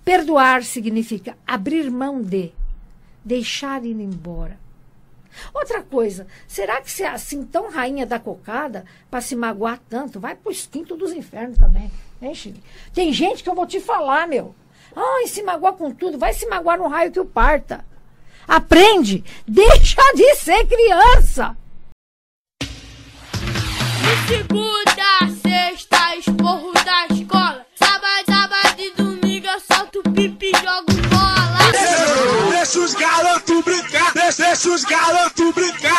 Perdoar significa abrir mão de, deixar ir embora. Outra coisa, será que você é assim tão rainha da cocada para se magoar tanto? Vai pro quintos dos infernos também. Tem gente que eu vou te falar, meu. Ai, se magoar com tudo, vai se magoar no raio que o parta. Aprende, deixa de ser criança. De segunda, sexta, esporro da escola. Sábado e domingo eu solto pipi e jogo bola. Deixa os garotos brincar, deixa os garotos brincar.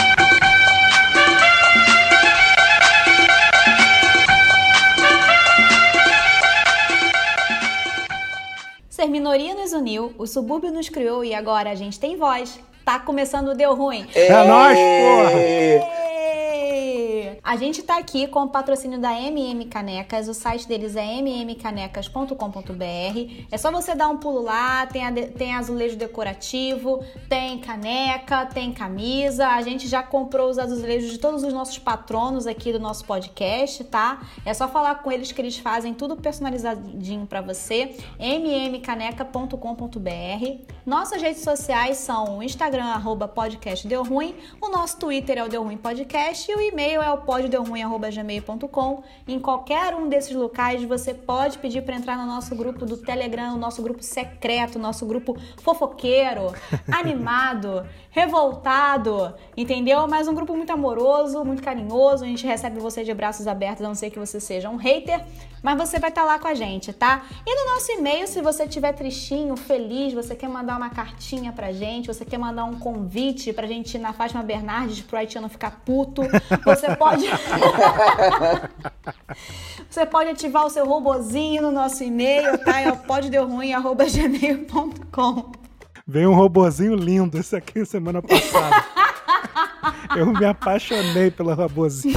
Ser minoria nos uniu, o subúrbio nos criou e agora a gente tem voz. Tá começando o Deu Ruim. É nóis, porra! A gente tá aqui com o patrocínio da MM Canecas, o site deles é mmcanecas.com.br. É só você dar um pulo lá, tem azulejo decorativo, tem caneca, tem camisa. A gente já comprou os azulejos de todos os nossos patronos aqui do nosso podcast, tá? É só falar com eles que eles fazem tudo personalizadinho pra você. mmcaneca.com.br. Nossas redes sociais são o Instagram, @podcastdeuruim, o nosso Twitter é o Deu Ruim Podcast e o e-mail é o poddeuruim@gmail.com. Em qualquer um desses locais você pode pedir para entrar no nosso grupo do Telegram, o nosso grupo secreto, o nosso grupo fofoqueiro, animado, revoltado, entendeu? Mas um grupo muito amoroso, muito carinhoso. A gente recebe você de braços abertos, a não ser que você seja um hater, mas você vai estar lá com a gente, tá? E no nosso e-mail, se você estiver tristinho, feliz, você quer mandar uma cartinha pra gente, você quer mandar um convite pra gente ir na Fátima Bernardes pro haitiano ficar puto, você pode... Você pode ativar o seu robozinho no nosso e-mail, tá? É o poddeuruim@gmail.com. Veio um robozinho lindo, esse aqui semana passada. Eu me apaixonei pelo robozinho.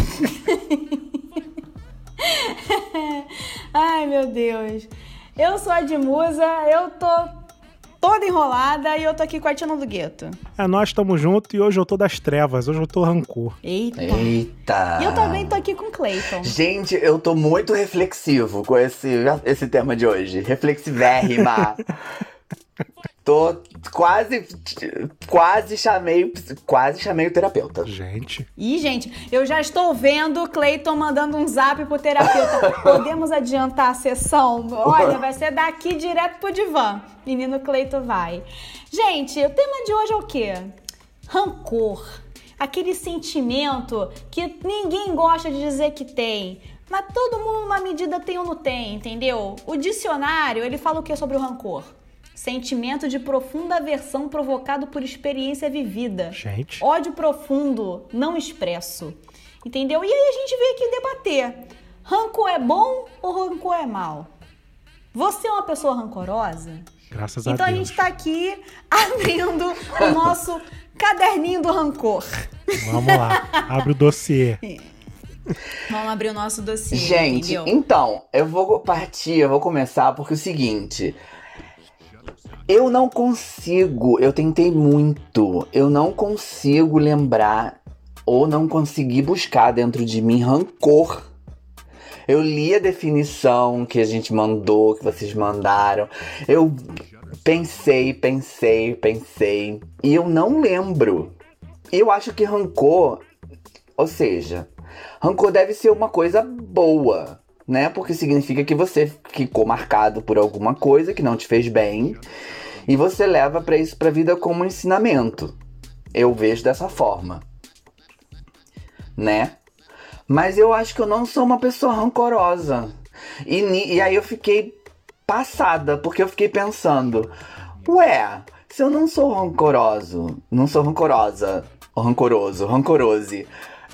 Ai, meu Deus. Eu sou a Edmusa, eu tô toda enrolada e eu tô aqui com a Tina do Gueto. Nós estamos juntos e hoje eu tô das trevas, hoje eu tô rancor. Eita. Eita! E eu também tô aqui com o Cleiton. Gente, eu tô muito reflexivo com esse tema de hoje. Reflexivérrima. Tô quase chamei o terapeuta. Gente. Ih, gente, eu já estou vendo o Cleiton mandando um zap pro terapeuta. Podemos adiantar a sessão? Olha, vai ser daqui direto pro divã. Menino Cleiton vai. Gente, o tema de hoje é o quê? Rancor. Aquele sentimento que ninguém gosta de dizer que tem. Mas todo mundo, numa medida, tem ou não tem, entendeu? O dicionário, ele fala o que sobre o rancor? Sentimento de profunda aversão provocado por experiência vivida. Gente. Ódio profundo, não expresso. Entendeu? E aí a gente veio aqui debater. Rancor é bom ou rancor é mal? Você é uma pessoa rancorosa? Graças a Deus. Então a gente tá aqui abrindo o nosso caderninho do rancor. Vamos lá, abre o dossiê. Vamos abrir o nosso dossiê, Gente, entendeu? então, eu vou começar porque é o seguinte... Eu não consigo, eu tentei muito, eu não consigo lembrar ou não consegui buscar dentro de mim rancor. Eu li a definição que a gente mandou, que vocês mandaram, eu pensei, e eu não lembro. Eu acho que rancor, ou seja, rancor deve ser uma coisa boa, né? Porque significa que você ficou marcado por alguma coisa que não te fez bem e você leva pra isso pra vida como um ensinamento. Eu vejo dessa forma, né? Mas eu acho que eu não sou uma pessoa rancorosa. E aí eu fiquei passada, porque eu fiquei pensando, ué, se eu não sou rancoroso, não sou rancorosa, ou rancorose.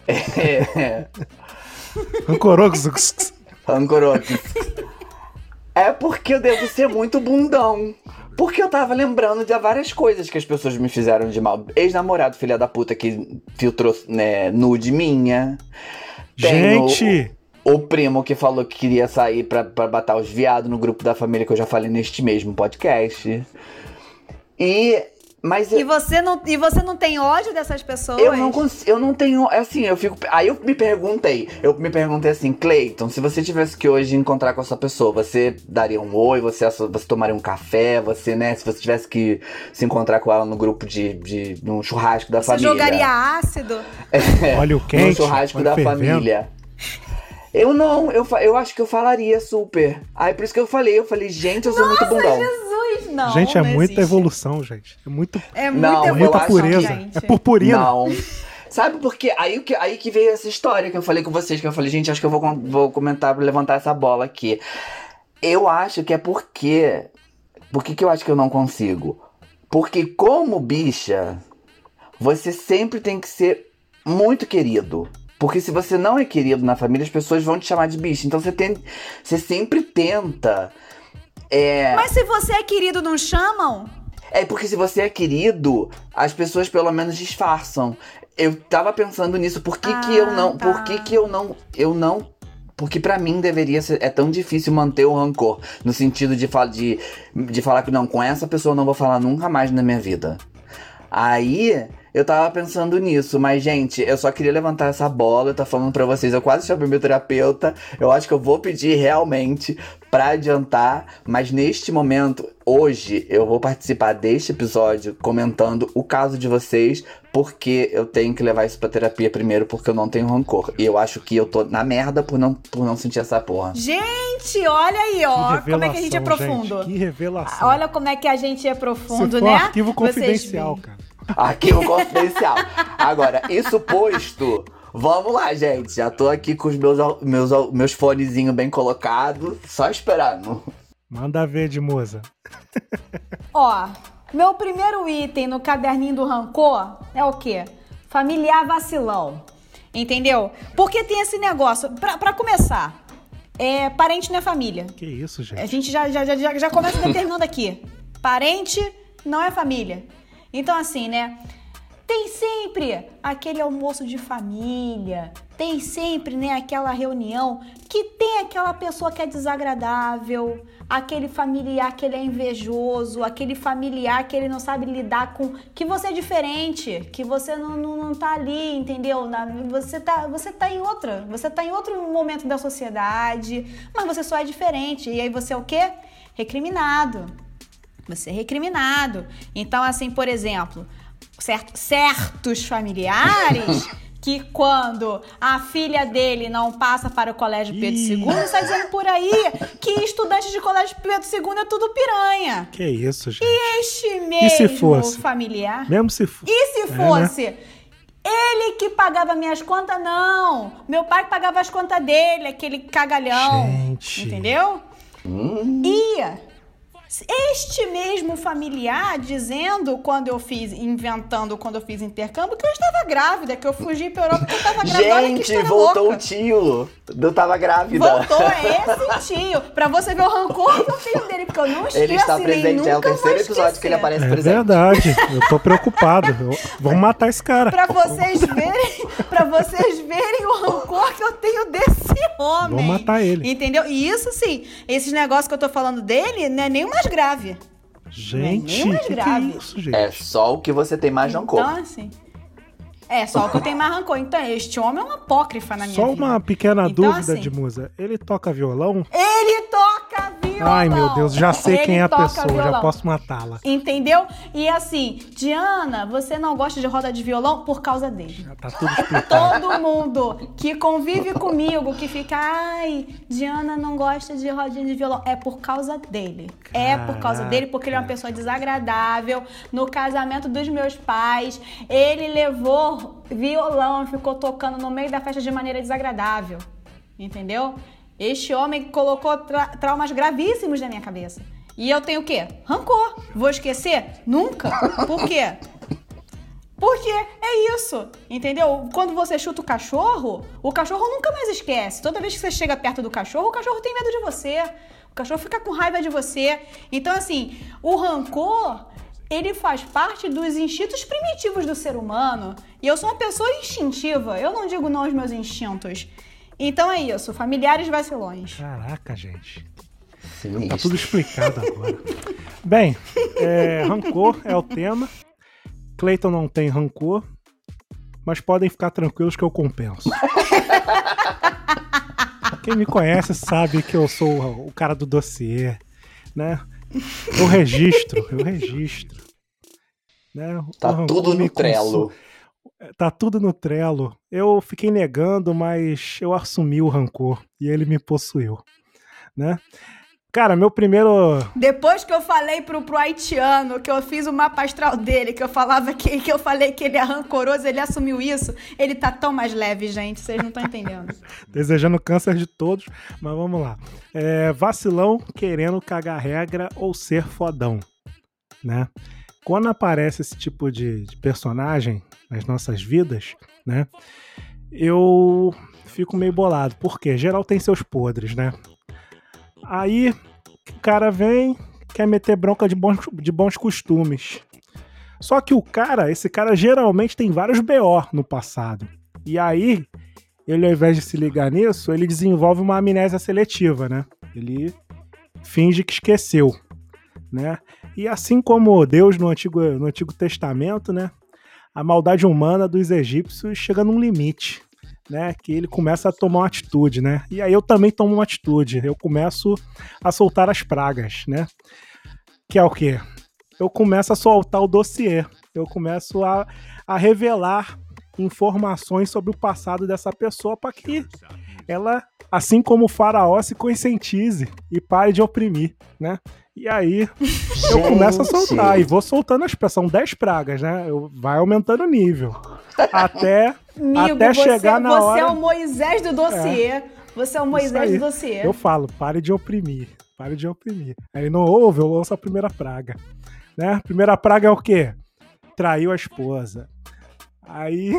Rancoroso. Rancoroso. É porque eu devo ser muito bundão. Porque eu tava lembrando de várias coisas que as pessoas me fizeram de mal. Ex-namorado, filha da puta, que filtrou, né, nude minha. Gente! O primo que falou que queria sair pra batar os viados no grupo da família, que eu já falei neste mesmo podcast. E Mas E você não tem ódio dessas pessoas? eu não tenho, assim, aí eu me perguntei assim, Cleiton, se você tivesse que hoje encontrar com essa pessoa, você daria um oi, você tomaria um café, você, né, se você tivesse que se encontrar com ela no grupo num churrasco da família. Você jogaria ácido? Olha o quente. No churrasco da família. Eu acho que eu falaria super. Aí por isso que eu falei, gente, eu sou muito bundão. Jesus, não. Gente, é não muita existe. evolução, gente. É muito, Não, é muita eu acho pureza. gente. É purpurina. Não. Sabe por quê? Aí que veio essa história que eu falei com vocês, que eu falei, gente, acho que eu vou comentar pra levantar essa bola aqui. Eu acho que é porque... Por que eu acho que eu não consigo? Porque como bicha, você sempre tem que ser muito querido. Porque se você não é querido na família, as pessoas vão te chamar de bicha. Então você sempre tenta... Mas se você é querido, não chamam? É porque se você é querido, as pessoas pelo menos disfarçam. Eu tava pensando nisso, por que que eu não... tá. Por que que eu não... Porque pra mim deveria ser... É tão difícil manter o rancor. No sentido de falar que não, com essa pessoa eu não vou falar nunca mais na minha vida. Aí... Eu tava pensando nisso, mas, gente, eu só queria levantar essa bola, eu tô falando pra vocês, eu quase chamei meu terapeuta, eu acho que eu vou pedir realmente pra adiantar, mas neste momento, hoje, eu vou participar deste episódio comentando o caso de vocês, porque eu tenho que levar isso pra terapia primeiro, porque eu não tenho rancor. E eu acho que eu tô na merda por não sentir essa porra. Gente, olha aí, ó, como é que a gente é profundo. Gente, que revelação. Olha como é que a gente é profundo, Se for né? arquivo Vocês confidencial, veem. cara. Arquivo confidencial. Agora, isso posto, vamos lá, gente. Já tô aqui com os meus fonezinhos bem colocados, só esperando. Manda ver de moça. Ó, meu primeiro item no caderninho do rancor é o quê? Familiar vacilão. Entendeu? Porque tem esse negócio, pra começar, parente não é família. Que isso, gente? A gente já começa determinando aqui. Parente não é família. Então, assim, né? Tem sempre aquele almoço de família, tem sempre, né, aquela reunião que tem aquela pessoa que é desagradável, aquele familiar que ele é invejoso, aquele familiar que ele não sabe lidar com... Que você é diferente, que você não tá ali, entendeu? Você tá em outro momento da sociedade, mas você só é diferente. E aí você é o quê? Recriminado. Você é recriminado. Então, assim, por exemplo, certos familiares que quando a filha dele não passa para o Colégio Pedro II, está dizendo por aí que estudante de Colégio Pedro II é tudo piranha. Que isso, gente? E este mesmo familiar... Mesmo se fosse. E se fosse... Né? Ele que pagava minhas contas, não. Meu pai que pagava as contas dele, aquele cagalhão. Gente. Entendeu? E... este mesmo familiar dizendo quando eu fiz intercâmbio que eu estava grávida, que eu fugi pra Europa porque eu estava grávida. Olha que Gente, história voltou louca. o tio. Eu tava grávida. Voltou esse tio. Pra você ver o rancor que eu tenho dele, porque eu não esqueço. Ele está presente, é o terceiro episódio que ele aparece presente. É verdade, eu tô preocupado. Vamos matar esse cara. Pra vocês verem o rancor que eu tenho desse homem. Vamos matar ele. Entendeu? E isso sim, esses negócios que eu tô falando dele não é nem o mais grave. Gente, não é nem o mais que grave. é isso, gente? É só o que você tem mais rancor. Então, assim... É, só o que eu tenho mais rancor. Então, este homem é uma apócrifa na minha vida. Só uma pequena então, dúvida, assim, de musa. Ele toca violão? Ele toca violão! Ai, meu Deus, já sei Ele quem é a toca pessoa, violão. já posso matá-la. Entendeu? E assim, Diana, você não gosta de roda de violão por causa dele. Já tá tudo explicado. Todo mundo que convive comigo, que fica, ai, Diana não gosta de rodinha de violão, é por causa dele. É por causa dele, porque ele é uma pessoa desagradável. No casamento dos meus pais, ele levou violão, ficou tocando no meio da festa de maneira desagradável. Entendeu? Este homem colocou traumas gravíssimos na minha cabeça. E eu tenho o quê? Rancor. Vou esquecer? Nunca. Por quê? Porque é isso, entendeu? Quando você chuta o cachorro nunca mais esquece. Toda vez que você chega perto do cachorro, o cachorro tem medo de você. O cachorro fica com raiva de você. Então, assim, o rancor, ele faz parte dos instintos primitivos do ser humano. E eu sou uma pessoa instintiva. Eu não digo não aos meus instintos. Então é isso, familiares vacilões. Caraca, gente. Sinistro. Tá tudo explicado agora. Bem, rancor é o tema. Cleiton não tem rancor, mas podem ficar tranquilos que eu compenso. Quem me conhece sabe que eu sou o cara do dossiê, né? Eu registro. Né? Tá tudo no Trello. Tá tudo no Trello. Eu fiquei negando, mas eu assumi o rancor e ele me possuiu, né? Cara, meu primeiro... Depois que eu falei pro haitiano, que eu fiz o mapa astral dele, que eu falava que eu falei que ele é rancoroso, ele assumiu isso, ele tá tão mais leve, gente, vocês não estão entendendo. Desejando câncer de todos, mas vamos lá. Vacilão querendo cagar regra ou ser fodão, né? Quando aparece esse tipo de personagem nas nossas vidas, né? Eu fico meio bolado, porque geral tem seus podres, né? Aí o cara vem, quer meter bronca de bons costumes. Só que esse cara geralmente tem vários BO no passado. E aí, ele ao invés de se ligar nisso, ele desenvolve uma amnésia seletiva, né? Ele finge que esqueceu, né? E assim como Deus no Antigo Testamento, né? A maldade humana dos egípcios chega num limite, né, que ele começa a tomar uma atitude, né? E aí eu também tomo uma atitude. Eu começo a soltar as pragas, né? Que é o quê? Eu começo a soltar o dossiê. Eu começo a revelar informações sobre o passado dessa pessoa para que ela, assim como o faraó, se conscientize e pare de oprimir, né? E aí eu começo a soltar e vou soltando são 10 pragas, né? Vai aumentando o nível. Até chegar na hora... Você é o Moisés do dossiê. Você é o Moisés do dossiê. Eu falo, pare de oprimir. Aí não ouve, eu ouço a primeira praga. Né? A primeira praga é o quê? Traiu a esposa. Aí...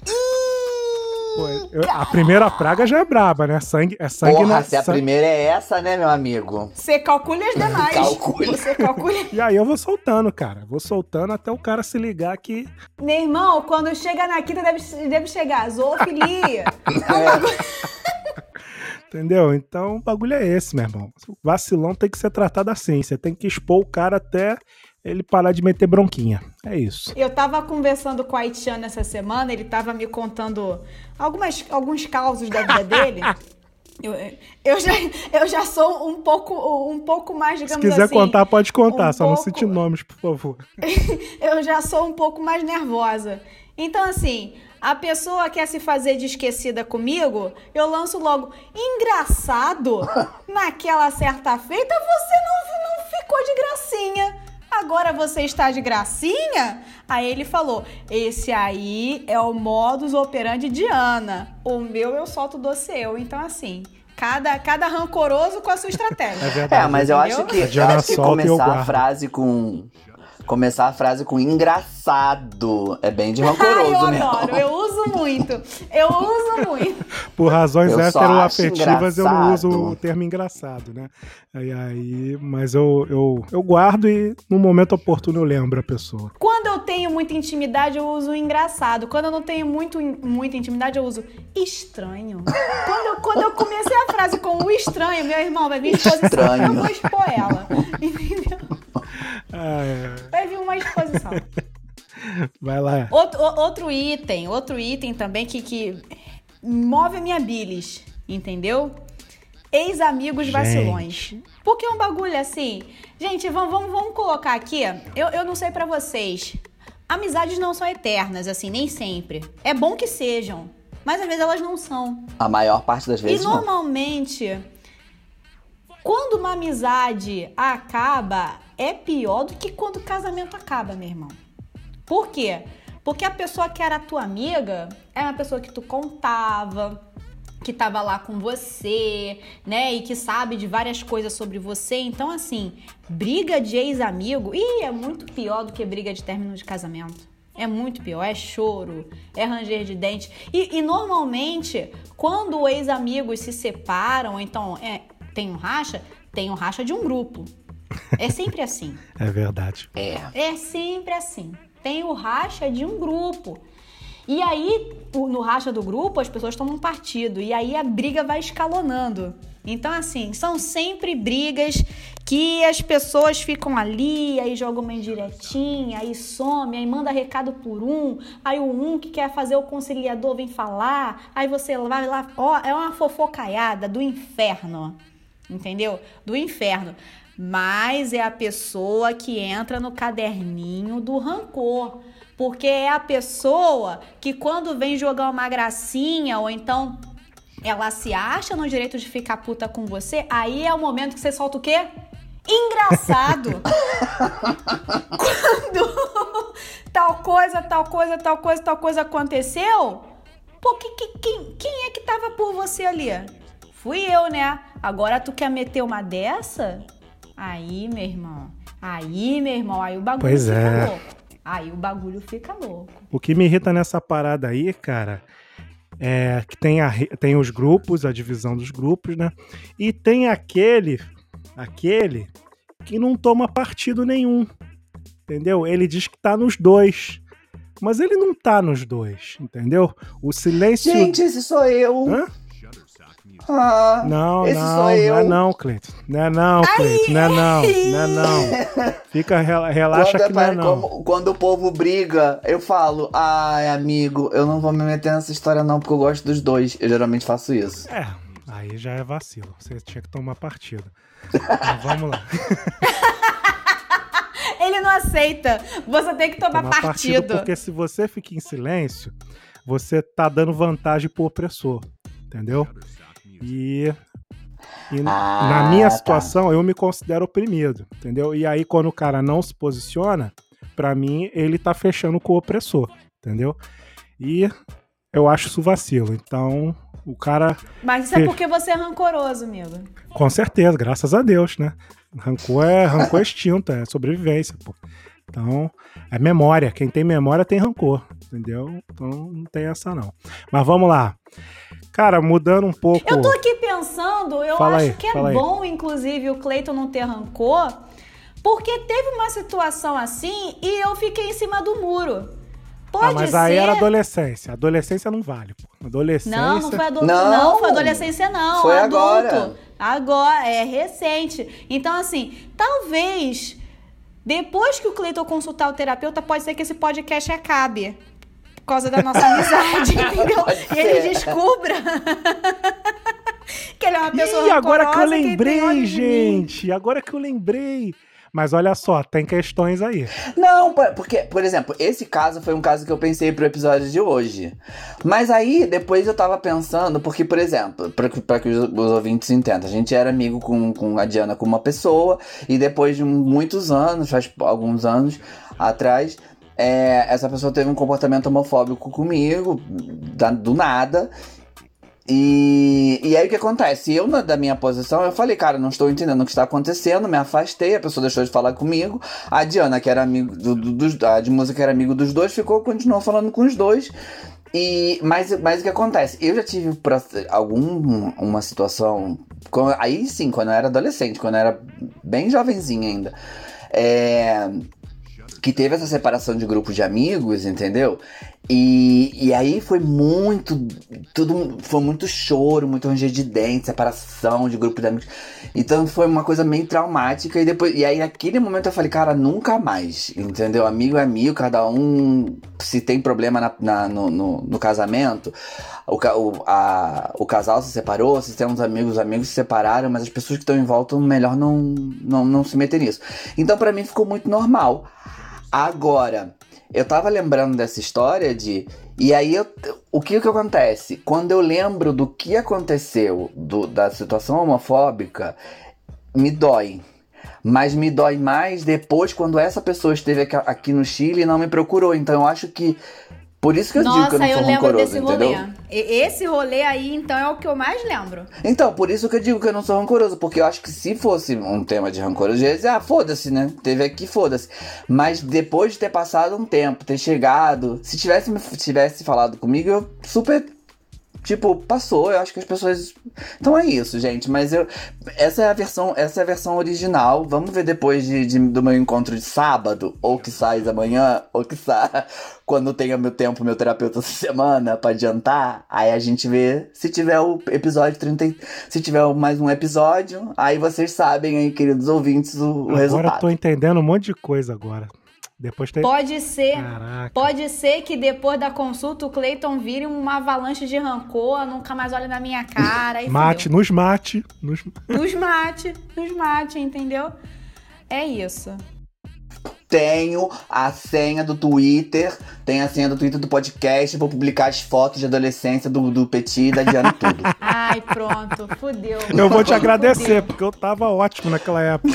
a primeira praga já é braba, né? Sangue Porra, se a primeira é essa, né, meu amigo? Você calcula as demais. Você calcula. E aí eu vou soltando, cara. Vou soltando até o cara se ligar que... Meu irmão, quando chega na quinta deve chegar zoofilia. Entendeu? Então o bagulho é esse, meu irmão. O vacilão tem que ser tratado assim. Você tem que expor o cara até ele parar de meter bronquinha. É isso. Eu tava conversando com o haitiano essa semana, ele tava me contando alguns causos da vida dele. Eu já sou um pouco mais, digamos assim... Se quiser contar, pode contar, só não cite nomes, por favor. Eu já sou um pouco mais nervosa. Então, assim, a pessoa quer se fazer de esquecida comigo, eu lanço logo, engraçado, naquela certa feita você não ficou de gracinha. Agora você está de gracinha? Aí ele falou, esse aí é o modus operandi de Ana. O meu eu solto do seu. Então, assim, cada rancoroso com a sua estratégia. É verdade. Mas eu acho que começar a frase com engraçado é bem de rancoroso, né? Eu adoro, eu uso muito. Por razões heteroafetivas, eu não uso o termo engraçado, né? Mas eu guardo e no momento oportuno eu lembro a pessoa. Quando eu tenho muita intimidade, eu uso engraçado. Quando eu não tenho muita intimidade, eu uso estranho. Quando eu comecei a frase com o estranho, meu irmão, vai vir exposição. Estranho. Eu vou expor ela. Entendeu? Vai vir uma exposição. Vai lá. Outro item também que move a minha bilis, entendeu? Ex-amigos vacilões. Porque é um bagulho assim... Gente, vamos colocar aqui... Eu não sei pra vocês. Amizades não são eternas, assim, nem sempre. É bom que sejam, mas às vezes elas não são. A maior parte das vezes não. E normalmente... Quando uma amizade acaba, é pior do que quando o casamento acaba, meu irmão. Por quê? Porque a pessoa que era tua amiga é uma pessoa que tu contava, que tava lá com você, né? E que sabe de várias coisas sobre você. Então, assim, briga de ex-amigo... é muito pior do que briga de término de casamento. É muito pior, é choro, é ranger de dente. E normalmente, quando os ex-amigos se separam, então... Tem um racha de um grupo. É sempre assim. É verdade. É sempre assim. Tem o racha de um grupo. E aí, no racha do grupo, as pessoas tomam partido. E aí a briga vai escalonando. Então, assim, são sempre brigas que as pessoas ficam ali, aí jogam uma indiretinha, aí some, aí manda recado por um, aí o que quer fazer o conciliador vem falar, aí você vai lá, ó, é uma fofocaiada do inferno, entendeu? Do inferno. Mas é a pessoa que entra no caderninho do rancor, porque é a pessoa que quando vem jogar uma gracinha, ou então ela se acha no direito de ficar puta com você, aí é o momento que você solta o quê? Engraçado. Quando tal coisa aconteceu, pô, quem é que tava por você ali? Fui eu, né? Agora tu quer meter uma dessa? Aí, meu irmão, aí o bagulho fica louco. Aí o bagulho fica louco. O que me irrita nessa parada aí, cara, é que tem os grupos, a divisão dos grupos, né? E tem aquele que não toma partido nenhum, entendeu? Ele diz que tá nos dois, mas ele não tá nos dois, entendeu? O silêncio... Gente, esse sou eu. Hã? Ah, Não, esse não, sou eu. não é não, Cleiton. Não é não, Cleiton, não é não. Fica, relaxa que não é não. Quando o povo briga, eu falo, ai, amigo, eu não vou me meter nessa história não, porque eu gosto dos dois. Eu geralmente faço isso. É, aí já é vacilo. Você tinha que tomar partido. Então, vamos lá. Ele não aceita. Você tem que tomar partido. Porque se você fica em silêncio, você tá dando vantagem pro opressor, entendeu? E na minha situação, eu me considero oprimido, entendeu? E aí, quando o cara não se posiciona, pra mim, ele tá fechando com o opressor, entendeu? E eu acho isso vacilo. Então, o cara... Mas isso é porque você é rancoroso, amigo. Com certeza, graças a Deus, né? Rancor é extinto, é sobrevivência, pô. Então, é memória. Quem tem memória tem rancor, entendeu? Então, não tem essa não. Mas vamos lá. Cara, mudando um pouco... Eu tô aqui pensando, eu Fala acho aí, que é bom, inclusive, o Cleiton não ter rancor, porque teve uma situação assim e eu fiquei em cima do muro. Pode mas ser... aí era adolescência. Adolescência não vale, pô. Adolescência... Não foi não, foi adolescência não. Foi adulto. Agora, é recente. Então, assim, talvez, depois que o Cleiton consultar o terapeuta, pode ser que esse podcast acabe. Por causa da nossa amizade, entendeu? E ele descubra que ele é uma pessoa rancorosa. Agora que eu lembrei, gente. Agora que eu lembrei. Mas olha só, tem questões aí. Não, porque, por exemplo, esse caso foi um caso que eu pensei pro episódio de hoje. Mas aí, depois eu tava pensando, porque, por exemplo, pra que os ouvintes entendam, a gente era amigo com a Diana, com uma pessoa, e depois de muitos anos, faz alguns anos atrás, essa pessoa teve um comportamento homofóbico comigo, do nada. E aí o que acontece? Eu, da minha posição, eu falei, cara, não estou entendendo o que está acontecendo, me afastei, a pessoa deixou de falar comigo. A Diana, que era amigo a de música, que era amigo dos dois, continuou falando com os dois. Mas o que acontece? Eu já tive uma situação, aí sim, quando eu era adolescente, quando eu era bem jovenzinha ainda, que teve essa separação de grupo de amigos, entendeu? E aí foi muito choro, muito ranger de dente, separação de grupo de amigos. Então foi uma coisa meio traumática. E aí naquele momento eu falei, cara, nunca mais, entendeu? Amigo é amigo, cada um, se tem problema no casamento, o casal se separou, se tem uns amigos, os amigos se separaram, mas as pessoas que estão em volta, melhor não se meter nisso. Então pra mim ficou muito normal. Agora, eu tava lembrando dessa história e aí, o que acontece? Quando eu lembro do que aconteceu, da situação homofóbica, me dói. Mas me dói mais depois quando essa pessoa esteve aqui no Chile e não me procurou. Então eu acho que... Por isso que eu digo que eu não sou rancoroso, entendeu? Rolê. Esse rolê aí, então, é o que eu mais lembro. Então, por isso que eu digo que eu não sou rancoroso. Porque eu acho que se fosse um tema de rancoroso, eu ia dizer, foda-se, né? Teve aqui, foda-se. Mas depois de ter passado um tempo, ter chegado... Se tivesse falado comigo, eu super Tipo, passou, eu acho que as pessoas... Então é isso, gente, mas essa é a versão original. Vamos ver depois do meu encontro de sábado, ou que sai amanhã, ou que sai quando tenha meu tempo, meu terapeuta essa semana, pra adiantar. Aí a gente vê se tiver o episódio 30, se tiver mais um episódio, aí vocês sabem aí, queridos ouvintes, o resultado. Agora eu tô entendendo um monte de coisa agora. Depois tem... Pode ser. Caraca. Pode ser que depois da consulta o Cleiton vire uma avalanche de rancor, nunca mais olhe na minha cara. E mate, fudeu. nos mate. Nos mate, entendeu? É isso. Tenho a senha do Twitter, do podcast, vou publicar as fotos de adolescência do Petit e da Diana tudo. Ai, pronto, fudeu. Eu vou te agradecer, porque eu tava ótimo naquela época.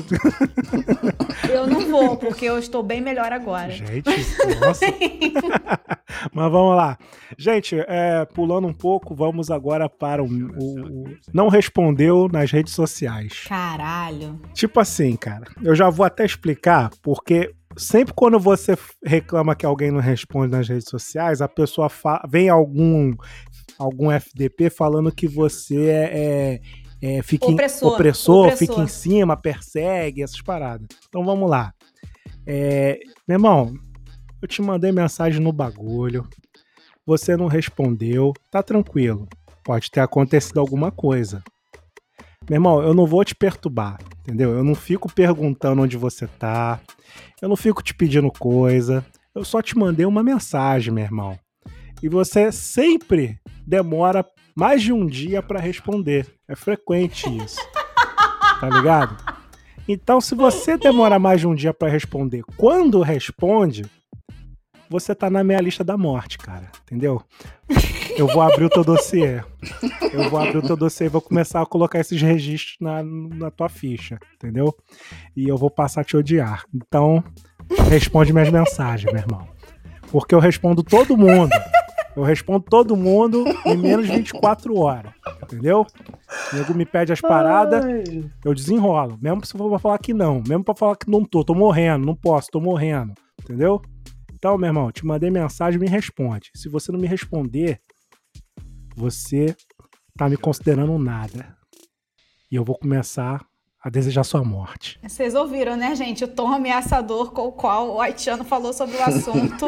Eu não vou, porque eu estou bem melhor agora. Gente, nossa. Mas vamos lá. Gente, pulando um pouco, vamos agora para o não respondeu nas redes sociais. Caralho. Tipo assim, cara, eu já vou até explicar, porque sempre quando você reclama que alguém não responde nas redes sociais, a pessoa vem algum FDP falando que você fica opressor, fica em cima, persegue, essas paradas. Então vamos lá. Meu irmão, eu te mandei mensagem no bagulho, você não respondeu, tá tranquilo, pode ter acontecido alguma coisa. Meu irmão, eu não vou te perturbar, entendeu? Eu não fico perguntando onde você tá, eu não fico te pedindo coisa, eu só te mandei uma mensagem, meu irmão. E você sempre demora mais de um dia pra responder. É frequente isso. Tá ligado? Então, se você demora mais de um dia pra responder, quando responde, você tá na minha lista da morte, cara. Entendeu? Eu vou abrir o teu dossiê. E vou começar a colocar esses registros na tua ficha, entendeu? E eu vou passar a te odiar. Então, responde minhas mensagens, meu irmão. Porque eu respondo todo mundo. Eu respondo todo mundo em menos de 24 horas, entendeu? O nego me pede as paradas, eu desenrolo. Mesmo se for pra falar que não, mesmo pra falar que não tô morrendo, não posso, tô morrendo, entendeu? Então, meu irmão, te mandei mensagem, me responde. Se você não me responder, você tá me considerando nada. E eu vou começar a desejar sua morte. Vocês ouviram, né, gente? O tom ameaçador com o qual o haitiano falou sobre o assunto.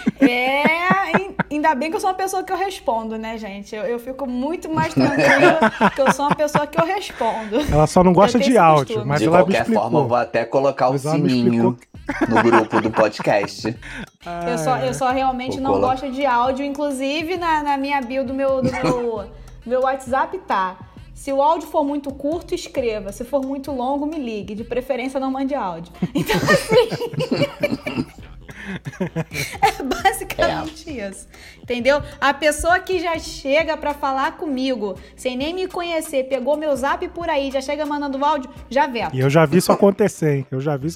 Ainda bem que eu sou uma pessoa que eu respondo, né, gente? Eu fico muito mais tranquila que eu sou uma pessoa que eu respondo. Ela só não gosta de áudio, mas de ela me qualquer explicou. forma, eu vou até colocar o sininho no grupo do podcast. Eu só realmente não gosto de áudio. Inclusive, na minha bio do meu WhatsApp tá: se o áudio for muito curto, escreva. Se for muito longo, me ligue. De preferência, não mande áudio. Então, assim... é basicamente isso. Entendeu? A pessoa que já chega pra falar comigo, sem nem me conhecer, pegou meu zap por aí, já chega mandando áudio, já veto. E eu já vi isso acontecer, hein?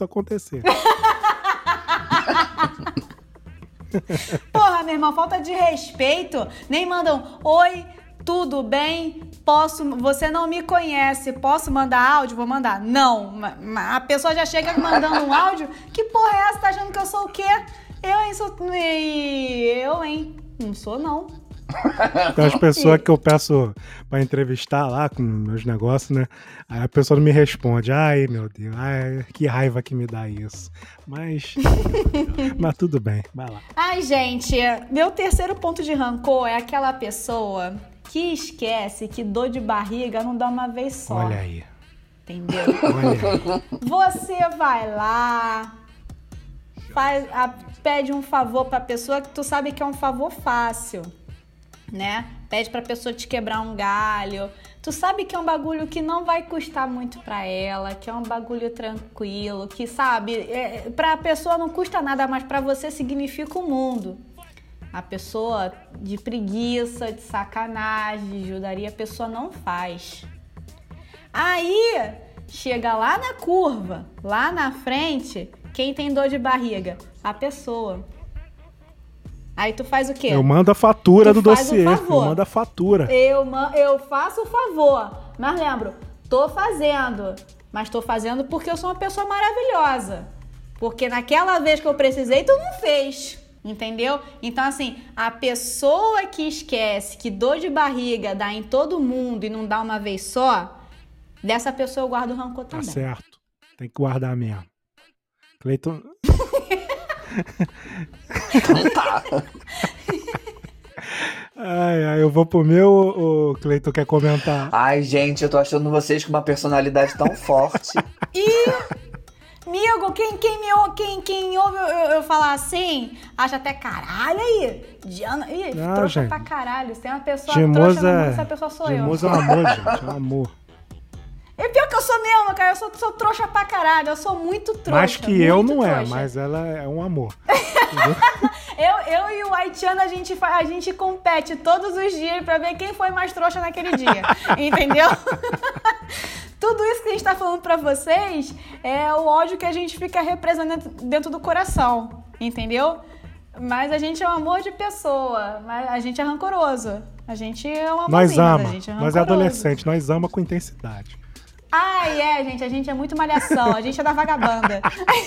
Porra, meu irmão, falta de respeito. Nem mandam: oi, tudo bem? Você não me conhece, posso mandar áudio? Vou mandar. Não, a pessoa já chega mandando um áudio. Que porra é essa? Tá achando que eu sou o quê? Eu, hein? Não sou, não. Tem as pessoas que eu peço pra entrevistar lá com meus negócios, né? Aí a pessoa não me responde. Ai, meu Deus, que raiva que me dá isso. Mas tudo bem, vai lá. Ai, gente, meu terceiro ponto de rancor é aquela pessoa que esquece que dor de barriga não dá uma vez só. Olha aí. Entendeu? Olha aí. Você vai lá, pede um favor pra pessoa que tu sabe que é um favor fácil, né? Pede pra pessoa te quebrar um galho. Tu sabe que é um bagulho que não vai custar muito pra ela, que é um bagulho tranquilo, que, sabe, pra pessoa não custa nada, mas pra você significa o mundo. A pessoa de preguiça, de sacanagem, de ajudaria, a pessoa não faz. Aí, chega lá na curva, lá na frente, quem tem dor de barriga? A pessoa. Aí tu faz o quê? Eu mando a fatura do dossiê. Eu mando a fatura. Eu faço o favor. Mas lembro, tô fazendo. Mas tô fazendo porque eu sou uma pessoa maravilhosa. Porque naquela vez que eu precisei, tu não fez. Entendeu? Então, assim, a pessoa que esquece que dor de barriga dá em todo mundo e não dá uma vez só, dessa pessoa eu guardo rancor Tá também. certo. Tem que guardar mesmo. Cleiton. Então tá. Ai, eu vou pro meu, o Cleiton quer comentar? Ai, gente, eu tô achando vocês com uma personalidade tão forte. Amigo, quem ouve eu falar assim, acha até caralho aí. Diana, Não, trouxa gente. pra caralho. Se tem uma pessoa Gimoso trouxa no mundo, é... essa pessoa sou eu. Gimoso é um amor, gente. É um amor. É pior que eu sou mesmo, cara. Eu sou trouxa pra caralho. Eu sou muito trouxa. Mais que eu muito não é, trouxa. mas ela é um amor. Eu e o Haitiano, a gente compete todos os dias pra ver quem foi mais trouxa naquele dia. Entendeu? Tudo isso que a gente tá falando pra vocês é o ódio que a gente fica represando dentro do coração. Entendeu? Mas a gente é um amor de pessoa. Mas a gente é rancoroso. A gente é um amorzinho, Nós ama, mas a gente é nós rancoroso. é adolescente, nós ama com intensidade. Gente. A gente é muito malhação. A gente é da vagabanda.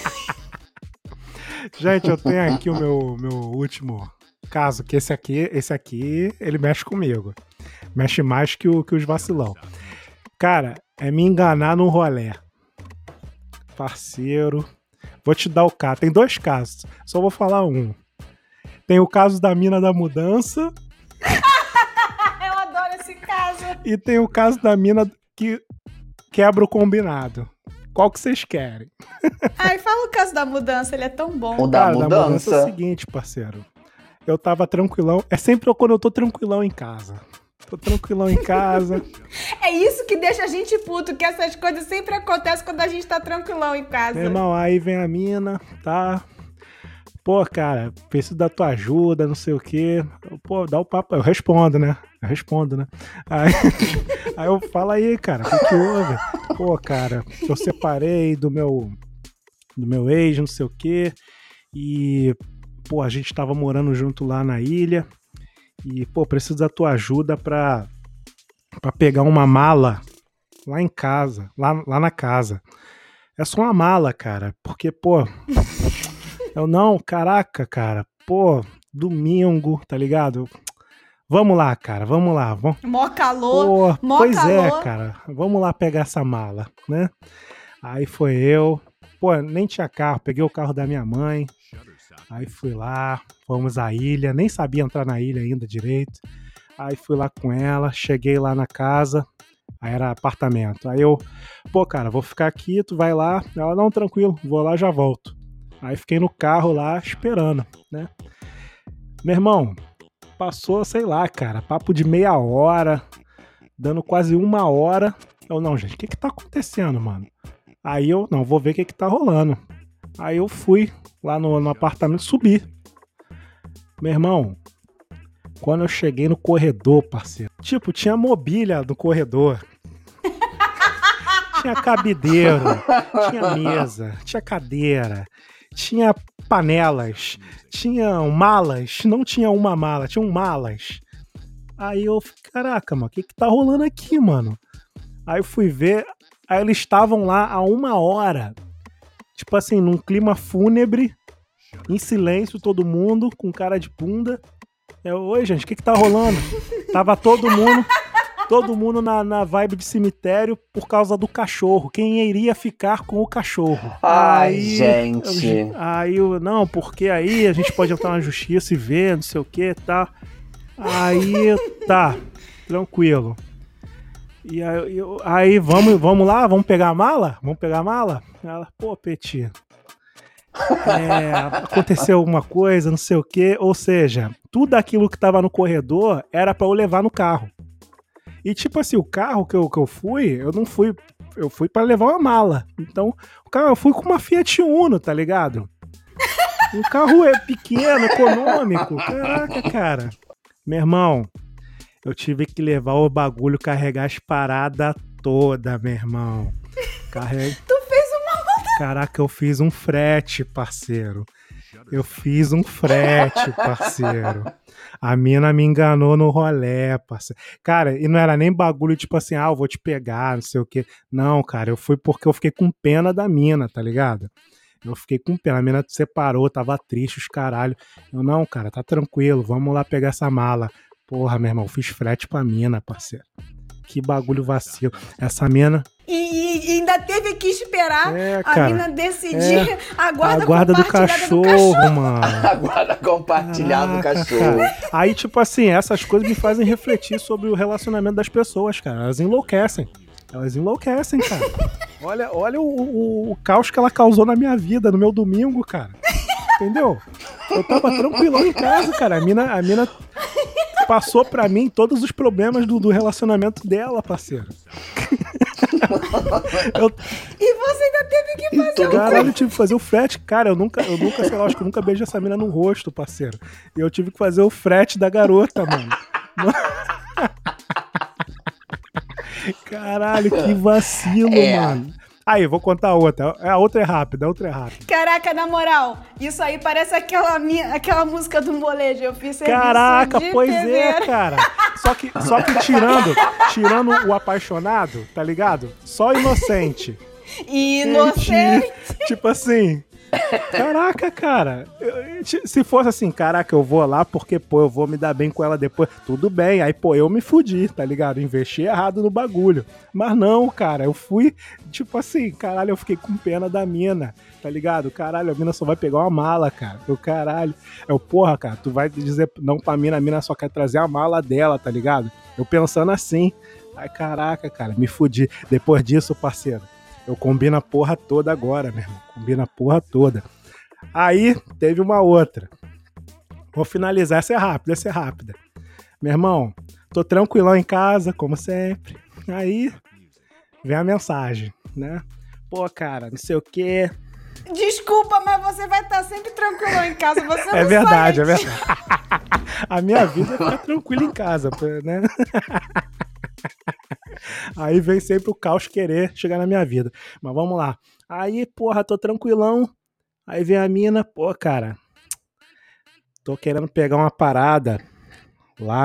Gente, eu tenho aqui o meu último caso, que esse aqui, ele mexe comigo. Mexe mais que os vacilão. Cara, é me enganar num rolê. Parceiro. Vou te dar o caso. Tem 2 casos, só vou falar um. Tem o caso da mina da mudança Eu adoro esse caso. e tem o caso da mina que quebra o combinado. Qual que vocês querem? Fala o caso da mudança, ele é tão bom. O da Cara, da mudança é o mudança. seguinte, parceiro. Eu tava tranquilão. É sempre quando eu tô tranquilão em casa. Tô tranquilão em casa. É isso que deixa a gente puto, que essas coisas sempre acontecem quando a gente tá tranquilão em casa. Meu irmão, aí vem a mina, tá? Pô, cara, preciso da tua ajuda, não sei o quê. Pô, dá o papo. Eu respondo, né? Aí eu falo aí, cara, o que houve? Pô, cara, eu separei do meu ex, não sei o quê. E, pô, a gente tava morando junto lá na ilha. E, pô, preciso da tua ajuda pra pegar uma mala lá em casa, lá na casa. É só uma mala, cara, porque, pô... Eu não, caraca, cara, pô, domingo, tá ligado? Vamos lá, cara, vamos lá. Mó calor, Pô, mó pois calor. é, cara, vamos lá pegar essa mala, né? Aí foi eu, pô, nem tinha carro, peguei o carro da minha mãe, aí fui lá, fomos à ilha, nem sabia entrar na ilha ainda direito. Aí fui lá com ela, cheguei lá na casa, aí era apartamento. Aí eu, pô, cara, vou ficar aqui, tu vai lá. Ela, não, tranquilo, vou lá, já volto. Aí fiquei no carro lá esperando, né? Meu irmão, passou, sei lá, cara, papo de meia hora, dando quase 1 hora. Eu, não, gente, o que tá acontecendo, mano? Aí eu, não, vou ver o que tá rolando. Aí eu fui lá no apartamento, subi. Meu irmão, quando eu cheguei no corredor, parceiro, tipo, tinha mobília no corredor. Tinha cabideiro, tinha mesa, tinha cadeira, tinha panelas, tinha malas, não tinha uma mala, tinha malas. Aí eu falei, caraca, mano, o que tá rolando aqui, mano? Aí eu fui ver, aí eles estavam lá há 1 hora, tipo assim, num clima fúnebre, em silêncio, todo mundo, com cara de bunda. Eu, oi, gente, o que tá rolando? Tava todo mundo na vibe de cemitério por causa do cachorro. Quem iria ficar com o cachorro? Ai, gente. Aí eu, não, porque aí a gente pode entrar na justiça e ver, não sei o que, tá? Aí, tá, tranquilo. E aí vamos lá, vamos pegar a mala? Vamos pegar a mala? Ela, pô, Peti, aconteceu alguma coisa, não sei o que. Ou seja, tudo aquilo que tava no corredor era pra eu levar no carro. E tipo assim, o carro que eu fui, eu fui pra levar uma mala. Então, o carro eu fui com uma Fiat Uno, tá ligado? Um carro é pequeno, econômico. Caraca, cara. Meu irmão, eu tive que levar o bagulho, carregar as paradas todas, meu irmão. Tu fez uma... Caraca, eu fiz um frete, parceiro. Eu fiz um frete, parceiro. A mina me enganou no rolê, parceiro. Cara, e não era nem bagulho tipo assim, eu vou te pegar, não sei o quê. Não, cara, eu fui porque eu fiquei com pena da mina, tá ligado? Eu fiquei com pena. A mina separou, tava triste, os caralho. Eu, não, cara, tá tranquilo, vamos lá pegar essa mala. Porra, meu irmão, fiz frete pra mina, parceiro. Que bagulho vacilo. Essa mina... E ainda teve que esperar a cara, mina decidir a guarda do compartilhada cachorro, mano. A guarda compartilhada do cachorro. Cara. Aí, tipo assim, essas coisas me fazem refletir sobre o relacionamento das pessoas, cara. Elas enlouquecem. Cara. Olha o caos que ela causou na minha vida, no meu domingo, cara. Entendeu? Eu tava tranquilão em casa, cara. A mina passou pra mim todos os problemas do relacionamento dela, parceiro. E você ainda teve que fazer o Caralho, eu tive que fazer o frete. Cara, eu nunca, sei lá, acho que eu nunca beijei essa mina no rosto, parceiro. E eu tive que fazer o frete da garota, mano. Caralho, que vacilo, mano. Aí, vou contar outra. A outra é rápida, Caraca, na moral, isso aí parece aquela música do molejo. Eu fiz serviço Caraca, de pois pedreiro. é, cara. Só que tirando o apaixonado, tá ligado? Só inocente. Inocente. Tipo assim... Caraca, cara. Se fosse assim, caraca, eu vou lá porque, pô, eu vou me dar bem com ela depois. Tudo bem, aí, pô, eu me fudi, tá ligado? Investi errado no bagulho. Mas não, cara, eu fui, tipo assim, caralho, eu fiquei com pena da mina, tá ligado? Caralho, a mina só vai pegar uma mala, cara. Caralho. Porra, cara, tu vai dizer não pra mina, a mina só quer trazer a mala dela, tá ligado? Eu pensando assim. Ai, caraca, cara, me fudi. Depois disso, parceiro, eu combino a porra toda agora, meu irmão. Combino a porra toda. Aí, teve uma outra. Vou finalizar. Essa é rápida. Meu irmão, tô tranquilão em casa, como sempre. Aí, vem a mensagem, né? Pô, cara, não sei o quê. Desculpa, mas você vai estar sempre tranquilão em casa. Você não É verdade, sai. é verdade. A minha vida é ficar tranquila em casa, né? Aí vem sempre o caos querer chegar na minha vida. Mas vamos lá. Aí, porra, tô tranquilão. Aí vem a mina, pô, cara, tô querendo pegar uma parada lá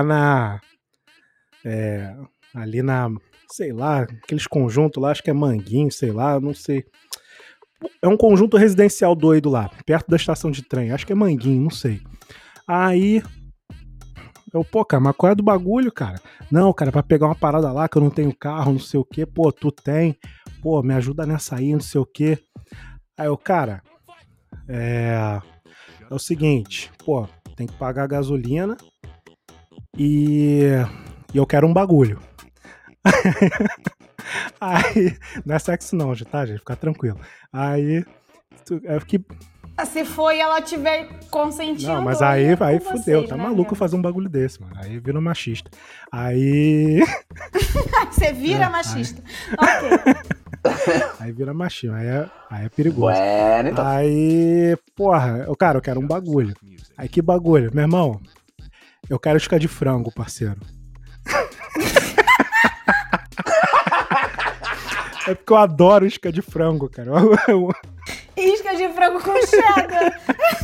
ali na, sei lá, aqueles conjuntos lá, acho que é Manguinho, sei lá, não sei. É um conjunto residencial doido lá, perto da estação de trem, acho que é Manguinho, não sei. Aí... pô, cara, mas qual é do bagulho, cara? Não, cara, pra pegar uma parada lá que eu não tenho carro, não sei o quê. Pô, tu tem. Pô, me ajuda nessa aí, não sei o quê. Aí eu, cara, é o seguinte, pô, tem que pagar a gasolina e eu quero um bagulho. Aí, não é sexo não, tá, gente? Fica tranquilo. Aí, eu fiquei... Se foi ela tiver consentindo... Não, mas aí fudeu, vocês, tá né, maluco meu? fazer um bagulho desse, mano. Aí vira machista. Aí... Você vira machista. Ok. Aí vira machismo, aí é perigoso. Bueno, então. Aí, porra, cara, eu quero um bagulho. Aí que bagulho? Meu irmão, eu quero isca de frango, parceiro. É porque eu adoro isca de frango, cara. Isca de frango com cheddar.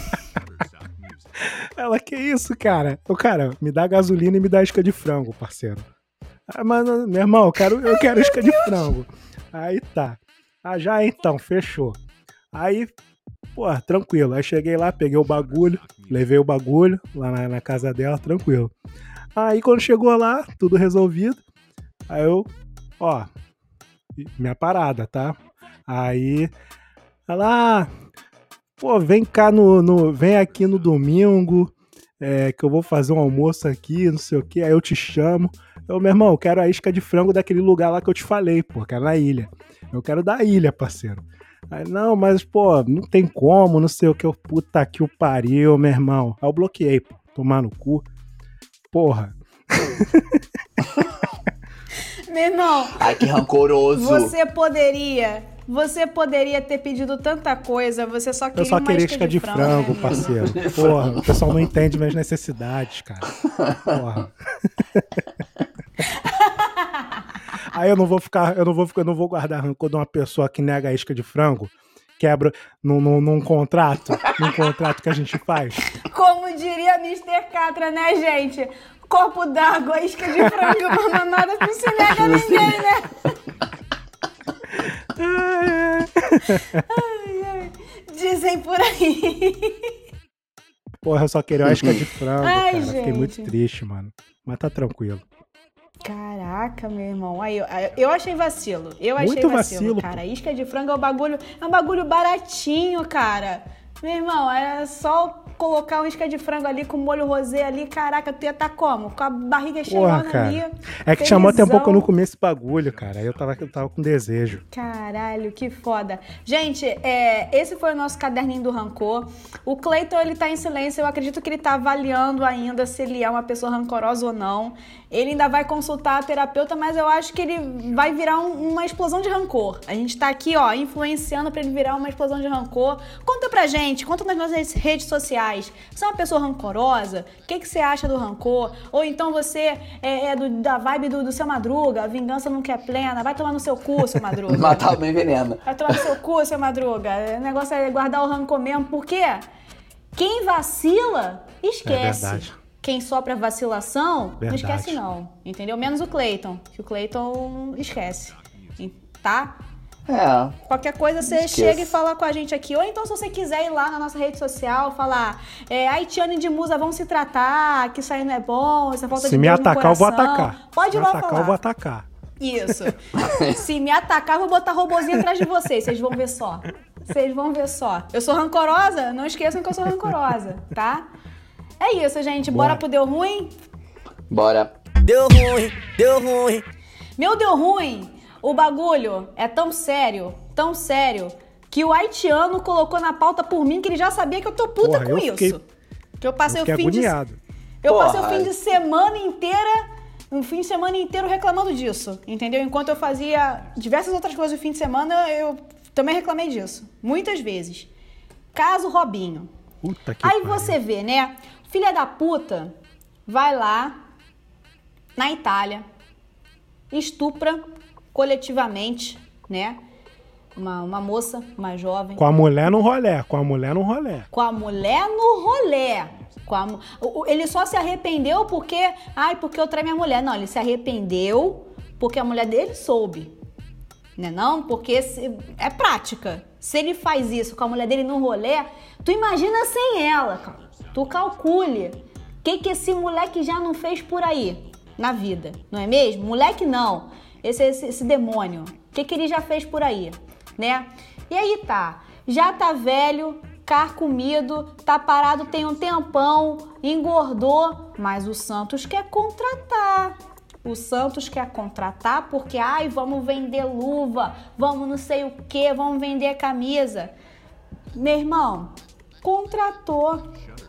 Ela, que isso, cara? Cara, me dá gasolina e me dá isca de frango, parceiro. Ah, mas, meu irmão, eu quero isca de frango. Aí tá. Ah, já então, fechou. Aí, pô, tranquilo. Aí cheguei lá, peguei o bagulho, levei o bagulho lá na casa dela, tranquilo. Aí quando chegou lá, tudo resolvido. Aí eu, ó, minha parada, tá? Aí, ela, pô, vem cá vem aqui no domingo, que eu vou fazer um almoço aqui, não sei o que, aí eu te chamo. Meu irmão, eu quero a isca de frango daquele lugar lá que eu te falei, pô, que era na ilha. Eu quero da ilha, parceiro. Aí, não, mas, pô, não tem como, não sei o que, puta que o pariu, meu irmão. Aí eu bloqueei, pô, tomar no cu. Porra. Meu irmão, Ai, que rancoroso. você poderia ter pedido tanta coisa, você só queria Eu só uma queria isca isca de frango, né? parceiro. Porra, o pessoal não entende minhas necessidades, cara. Porra. Aí eu não vou guardar rancor de uma pessoa que nega a isca de frango, quebra num contrato que a gente faz. Como diria Mr. Catra, né, gente? Copo d'água, isca de frango, mamãe, não se nega a ninguém, né? Ai, ai. Dizem por aí. Porra, eu só queria uma isca de frango, Ai, cara. Fiquei muito gente. triste, mano. Mas tá tranquilo. Caraca, meu irmão. Aí, eu achei vacilo. Eu achei Muito vacilo, vacilo, cara. Isca de frango é um bagulho baratinho, cara. Meu irmão, era só colocar uma isca de frango ali com molho rosé ali. Caraca, tu ia estar como? Com a barriga Porra, cheiona cara. ali. É que tinha mó tempo felizão. que eu não comi esse bagulho, cara. Aí eu tava com desejo. Caralho, que foda. Gente, esse foi o nosso caderninho do rancor. O Cleiton, ele tá em silêncio. Eu acredito que ele tá avaliando ainda se ele é uma pessoa rancorosa ou não. Ele ainda vai consultar a terapeuta, mas eu acho que ele vai virar uma explosão de rancor. A gente tá aqui, ó, influenciando pra ele virar uma explosão de rancor. Conta pra gente, conta nas nossas redes sociais. Você é uma pessoa rancorosa? O que você acha do rancor? Ou então você é da vibe do seu Madruga, a vingança não quer plena, vai tomar no seu cu, seu Madruga. Matar o meu veneno. Vai tomar no seu cu, seu Madruga. O negócio é guardar o rancor mesmo, porque quem vacila, esquece. É verdade. Quem sopra vacilação, não Verdade. esquece não, entendeu? Menos o Cleiton, que o Cleiton esquece, tá? É. Qualquer coisa você Esqueço. chega e fala com a gente aqui. Ou então, se você quiser ir lá na nossa rede social, falar Haitiane de Musa, vão se tratar, que isso aí não é bom, essa falta Se de me Deus no atacar, eu vou coração. atacar. Pode Se ir me lá atacar, falar. eu vou atacar. Isso. Se me atacar, eu vou botar robozinho atrás de vocês. Vocês vão ver só. Vocês vão ver só. Eu sou rancorosa? Não esqueçam que eu sou rancorosa, tá? É isso, gente. Bora pro Deu Ruim? Bora. Deu ruim. Meu Deu Ruim, o bagulho é tão sério, que o haitiano colocou na pauta por mim que ele já sabia que eu tô puta Porra, com eu isso. fiquei- Que eu passei Eu o fiquei fim de... agoniado. Eu Porra. passei o fim de semana inteira, um fim de semana inteiro reclamando disso, entendeu? Enquanto eu fazia diversas outras coisas no fim de semana, eu também reclamei disso, muitas vezes. Caso Robinho. Puta que Aí pariu. você vê, né? Filha da puta vai lá na Itália, estupra coletivamente, né? Uma moça, uma jovem. Com a mulher no rolé, com a mulher no rolé. Com a mulher no rolê. Ele só se arrependeu porque... porque eu traí minha mulher. Não, ele se arrependeu porque a mulher dele soube. Né não? Porque é prática. Se ele faz isso com a mulher dele no rolê, tu imagina sem ela, cara. Tu calcule o que esse moleque já não fez por aí na vida, não é mesmo? Moleque não, esse demônio. O que ele já fez por aí, né? E aí tá, já tá velho, carcomido, tá parado tem um tempão, engordou, mas o Santos quer contratar. O Santos quer contratar porque, vamos vender luva, vamos não sei o que, vamos vender camisa. Meu irmão, contratou.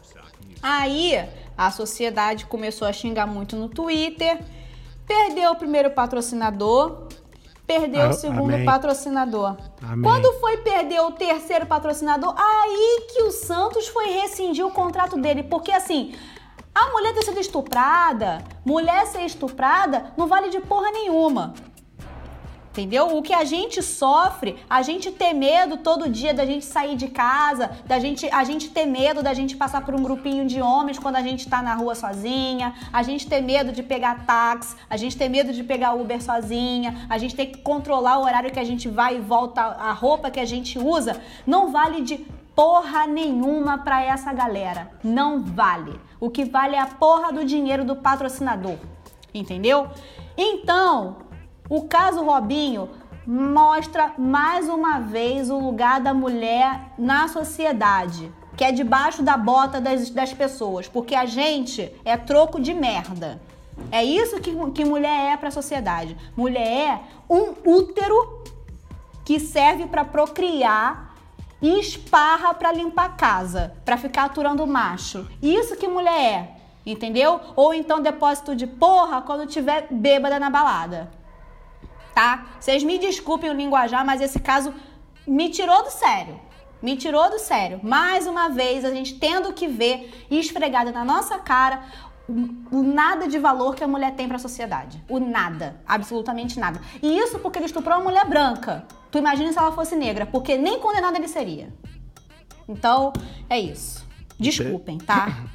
Aí a sociedade começou a xingar muito no Twitter, perdeu o primeiro patrocinador, perdeu o segundo Amém. patrocinador. Amém. Quando foi perder o terceiro patrocinador, aí que o Santos foi rescindir o contrato dele, porque assim... A mulher ter sido estuprada, mulher ser estuprada, não vale de porra nenhuma. Entendeu? O que a gente sofre, a gente ter medo todo dia da gente sair de casa, a gente ter medo da gente passar por um grupinho de homens quando a gente tá na rua sozinha, a gente ter medo de pegar táxi, a gente ter medo de pegar Uber sozinha, a gente ter que controlar o horário que a gente vai e volta, a roupa que a gente usa, não vale de porra nenhuma pra essa galera. Não vale. O que vale é a porra do dinheiro do patrocinador. Entendeu? Então, o caso Robinho mostra mais uma vez o lugar da mulher na sociedade, que é debaixo da bota das pessoas, porque a gente é troco de merda. É isso que mulher é pra sociedade. Mulher é um útero que serve pra procriar e esparra pra limpar a casa, pra ficar aturando o macho. Isso que mulher é, entendeu? Ou então depósito de porra quando tiver bêbada na balada, tá? Vocês me desculpem o linguajar, mas esse caso me tirou do sério. Me tirou do sério. Mais uma vez, a gente tendo que ver esfregado na nossa cara o nada de valor que a mulher tem pra sociedade. O nada. Absolutamente nada. E isso porque ele estuprou uma mulher branca. Tu imagina se ela fosse negra, porque nem condenada ele seria. Então, é isso. Desculpem, tá?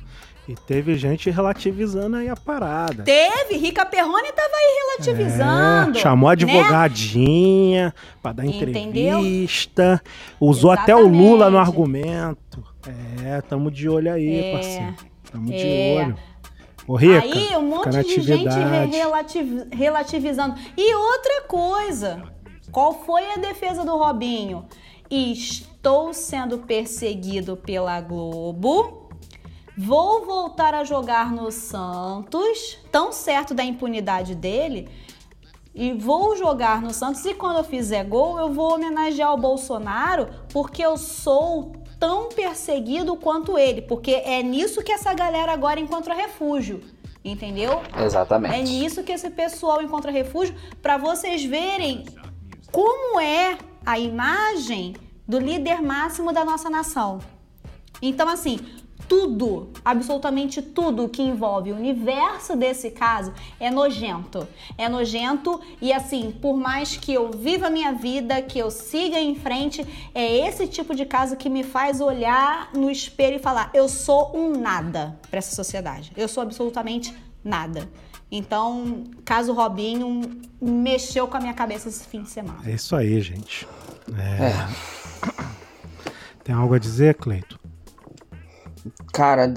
E teve gente relativizando aí a parada. Teve, Rica Perrone tava aí relativizando. Chamou a né? advogadinha pra dar Entendeu? entrevista. Usou até o Exatamente. Lula no argumento. Tamo de olho aí, parceiro. Tamo de olho. Ô, Rica, Aí um monte fica na de gente atividade. relativizando. E outra coisa, qual foi a defesa do Robinho? Estou sendo perseguido pela Globo. Vou voltar a jogar no Santos, tão certo da impunidade dele, e vou jogar no Santos e quando eu fizer gol eu vou homenagear o Bolsonaro porque eu sou tão perseguido quanto ele, porque é nisso que essa galera agora encontra refúgio, entendeu? Exatamente. É nisso que esse pessoal encontra refúgio, para vocês verem como é a imagem do líder máximo da nossa nação. Então, assim, tudo, absolutamente tudo que envolve o universo desse caso é nojento. É nojento e, assim, por mais que eu viva a minha vida, que eu siga em frente, é esse tipo de caso que me faz olhar no espelho e falar: eu sou um nada para essa sociedade. Eu sou absolutamente nada. Então, caso Robinho mexeu com a minha cabeça esse fim de semana. É isso aí, gente. Tem algo a dizer, Cleito? Cara,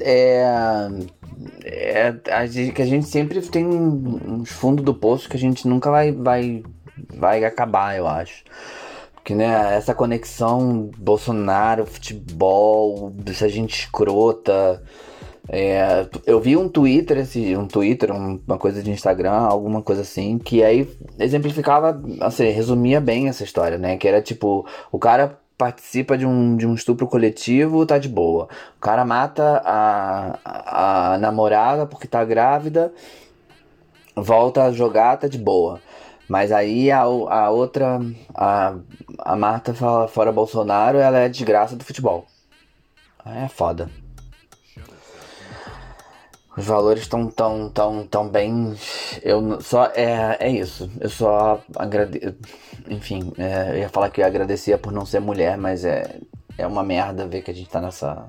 que a gente sempre tem uns fundos do poço que a gente nunca vai acabar, eu acho. Porque, né, essa conexão Bolsonaro, futebol, essa gente escrota. Eu vi um Twitter, uma coisa de Instagram, alguma coisa assim, que aí exemplificava, assim, resumia bem essa história, né? Que era tipo, o cara participa de um estupro coletivo, tá de boa. O cara mata a namorada porque tá grávida, volta a jogar, tá de boa. Mas aí a outra, a Marta fala, fora Bolsonaro, ela é a desgraça do futebol. Aí é foda. Os valores estão tão bem. É isso. Eu só agradeço. Enfim, eu ia falar que eu agradecia por não ser mulher, mas é uma merda ver que a gente tá nessa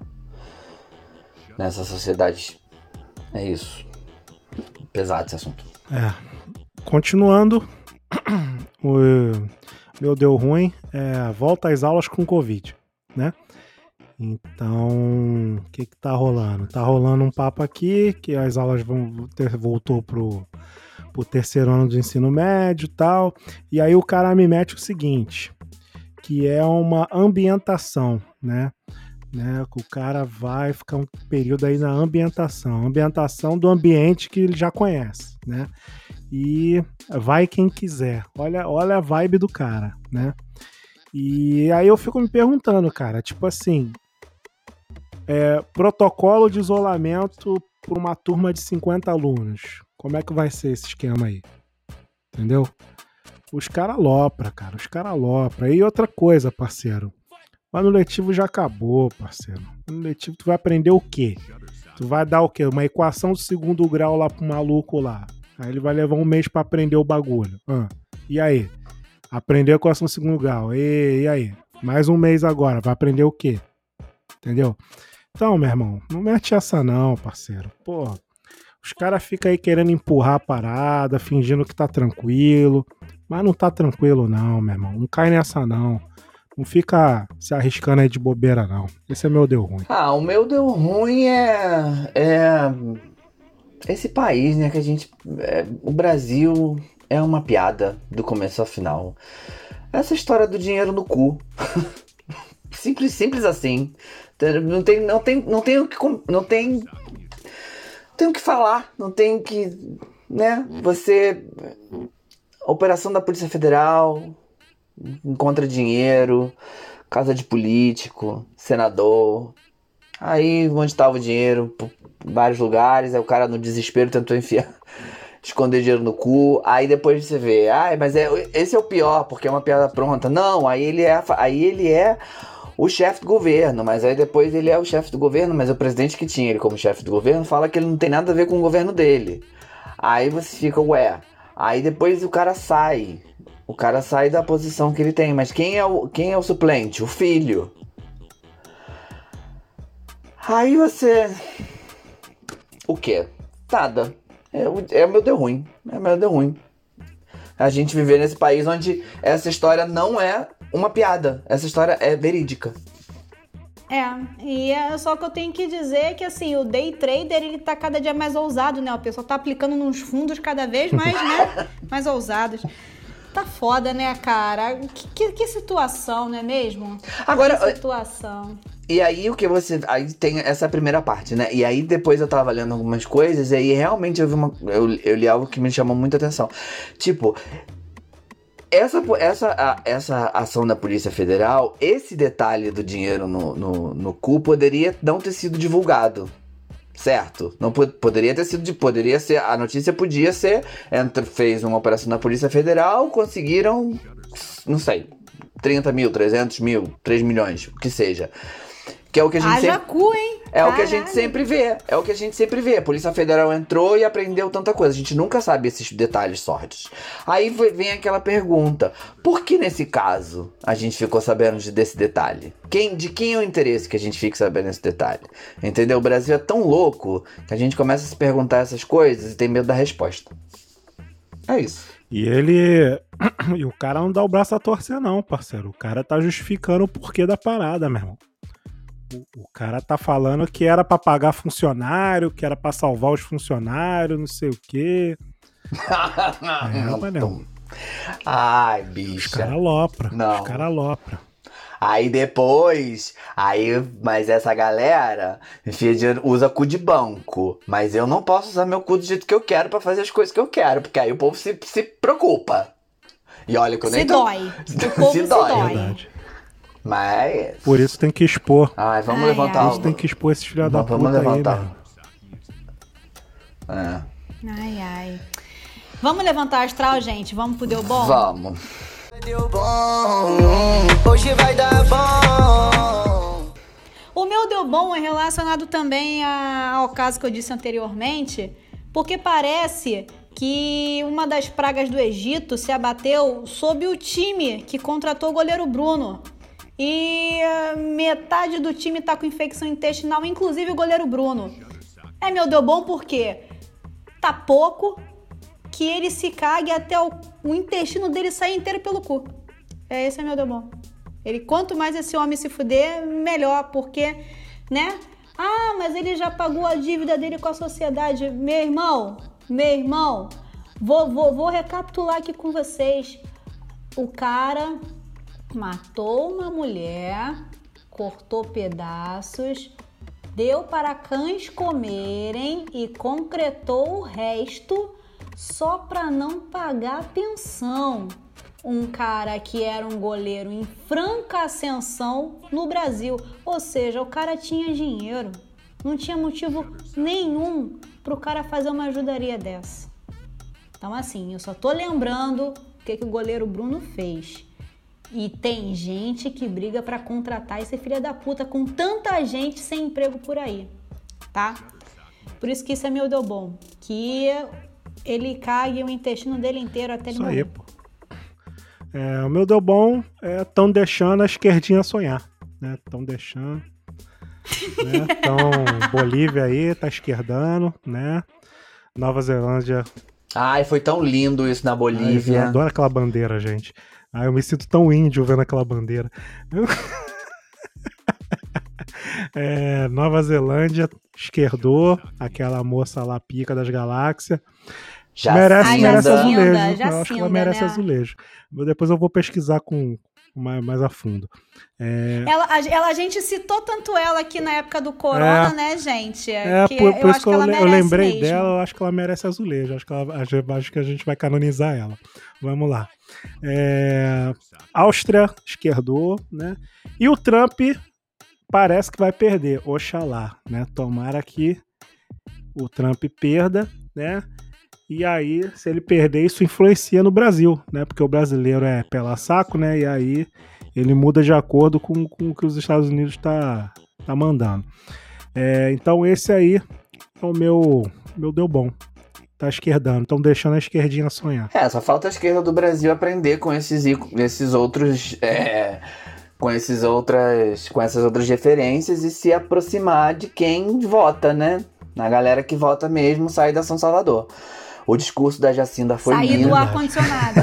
sociedade. É isso. Pesado esse assunto. Continuando, o meu deu ruim volta às aulas com Covid, né? Então, o que tá rolando? Tá rolando um papo aqui, que as aulas voltou pro terceiro ano do ensino médio e tal, e aí o cara me mete o seguinte, que é uma ambientação, né? O cara vai ficar um período aí na ambientação do ambiente que ele já conhece, né? E vai quem quiser, olha a vibe do cara, né? E aí eu fico me perguntando, cara, tipo assim, protocolo de isolamento para uma turma de 50 alunos. Como é que vai ser esse esquema aí? Entendeu? Os caras alopram, cara. E outra coisa, parceiro. O ano letivo já acabou, parceiro. O ano letivo tu vai aprender o quê? Tu vai dar o quê? Uma equação de segundo grau lá pro maluco lá. Aí ele vai levar um mês pra aprender o bagulho. E aí? Aprender a equação de segundo grau. E aí? Mais um mês agora. Vai aprender o quê? Entendeu? Então, meu irmão, não mete essa não, parceiro. Pô, os caras ficam aí querendo empurrar a parada, fingindo que tá tranquilo. Mas não tá tranquilo não, meu irmão. Não cai nessa não. Não fica se arriscando aí de bobeira não. Esse é meu deu ruim. O meu deu ruim é esse país, né, que a gente... o Brasil é uma piada do começo ao final. Essa história do dinheiro no cu. Simples assim. Não tem o que falar, não tem que, né? Você, operação da Polícia Federal, encontra dinheiro, casa de político, senador. Aí onde estava o dinheiro, em vários lugares, aí o cara no desespero tentou esconder dinheiro no cu. Aí depois você vê, mas esse é o pior, porque é uma piada pronta. Não, aí ele é o chefe do governo, mas aí depois ele é o chefe do governo, mas o presidente que tinha ele como chefe do governo fala que ele não tem nada a ver com o governo dele. Aí você fica, aí depois o cara sai da posição que ele tem, mas quem é o suplente? O filho. Aí você O quê? Nada. É o meu deu ruim. É o meu deu ruim. A gente viver nesse país onde essa história não é uma piada. Essa história é verídica. E é só que eu tenho que dizer que, assim, o day trader, ele tá cada dia mais ousado, né? O pessoal tá aplicando nos fundos cada vez mais, né? Mais ousados. Tá foda, né, cara? Que situação, não é mesmo? Agora, que situação. E aí aí tem essa primeira parte, né? E aí depois eu tava lendo algumas coisas e aí realmente eu li algo que me chamou muita atenção. Tipo, essa ação da Polícia Federal, esse detalhe do dinheiro no cu poderia não ter sido divulgado. Certo? Não poderia ter sido. Poderia ser. A notícia podia ser. Fez uma operação na Polícia Federal, conseguiram. Não sei. 30 mil, 300 mil, 3 milhões, o que seja. Que é o que a gente cu, hein? É o que a gente sempre vê. É o que a gente sempre vê. A Polícia Federal entrou e aprendeu tanta coisa. A gente nunca sabe esses detalhes sórdidos. Aí vem aquela pergunta. Por que nesse caso a gente ficou sabendo desse detalhe? De quem é o interesse que a gente fique sabendo desse detalhe? Entendeu? O Brasil é tão louco que a gente começa a se perguntar essas coisas e tem medo da resposta. É isso. E o cara não dá o braço a torcer não, parceiro. O cara tá justificando o porquê da parada, meu irmão. O cara tá falando que era pra pagar funcionário, que era pra salvar os funcionários, não sei o quê. Não. Ai, bicha. Os caras alopram. Não. Os caras alopram. Aí depois, mas essa galera usa cu de banco. Mas eu não posso usar meu cu do jeito que eu quero pra fazer as coisas que eu quero, porque aí o povo se preocupa. E olha que eu nem dói. O povo se dói. Verdade. Mas... Por isso tem que expor. Ai, vamos levantar. Por isso tem que expor esses filhos da puta vamos levantar. Aí, Ai. Vamos levantar astral, gente? Vamos pro Deu Bom? Vamos. Deu bom, hoje vai dar bom. O meu Deu Bom é relacionado também ao caso que eu disse anteriormente, porque parece que uma das pragas do Egito se abateu sob o time que contratou o goleiro Bruno. E metade do time tá com infecção intestinal, inclusive o goleiro Bruno. Meu Deu Bom porque tá pouco que ele se cague até o intestino dele sair inteiro pelo cu. Esse é meu Deu Bom. Quanto mais esse homem se fuder, melhor, porque, né? Mas ele já pagou a dívida dele com a sociedade. Meu irmão, vou recapitular aqui com vocês. O cara matou uma mulher, cortou pedaços, deu para cães comerem e concretou o resto só para não pagar a pensão. Um cara que era um goleiro em franca ascensão no Brasil. Ou seja, o cara tinha dinheiro. Não tinha motivo nenhum pro cara fazer uma ajudaria dessa. Então, assim, eu só tô lembrando o que o goleiro Bruno fez. E tem gente que briga pra contratar esse filho da puta com tanta gente sem emprego por aí, tá? Por isso que isso é meu Deu Bom. Que ele cague o intestino dele inteiro até ele morrer. Isso aí, pô. O meu Deu Bom tão deixando a esquerdinha sonhar, né? Tão deixando, né? Então, Bolívia aí tá esquerdando, né? Nova Zelândia. Ai, foi tão lindo isso na Bolívia. Eu adoro aquela bandeira, gente. Eu me sinto tão índio vendo aquela bandeira. Nova Zelândia esquerdou, aquela moça lá pica das galáxias. Merece azulejo. Eu acho que ela merece azulejo. Depois eu vou pesquisar com mais a fundo. A gente citou tanto ela aqui na época do Corona, né, gente? Por isso que eu lembrei mesmo dela, eu acho que ela merece azulejo. Acho que a gente vai canonizar ela. Vamos lá. Áustria esquerdou, né? E o Trump parece que vai perder. Oxalá, né? Tomara que o Trump perda, né? E aí, se ele perder, isso influencia no Brasil, né? Porque o brasileiro é pela saco, né? E aí ele muda de acordo com o que os Estados Unidos tá mandando. Então esse aí é o meu Deu Bom. Tá esquerdando, estão deixando a esquerdinha sonhar. Só falta a esquerda do Brasil aprender com essas outras referências e se aproximar de quem vota, né? A galera que vota mesmo sair da São Salvador. O discurso da Jacinta foi Sair lindo. do ar-condicionado.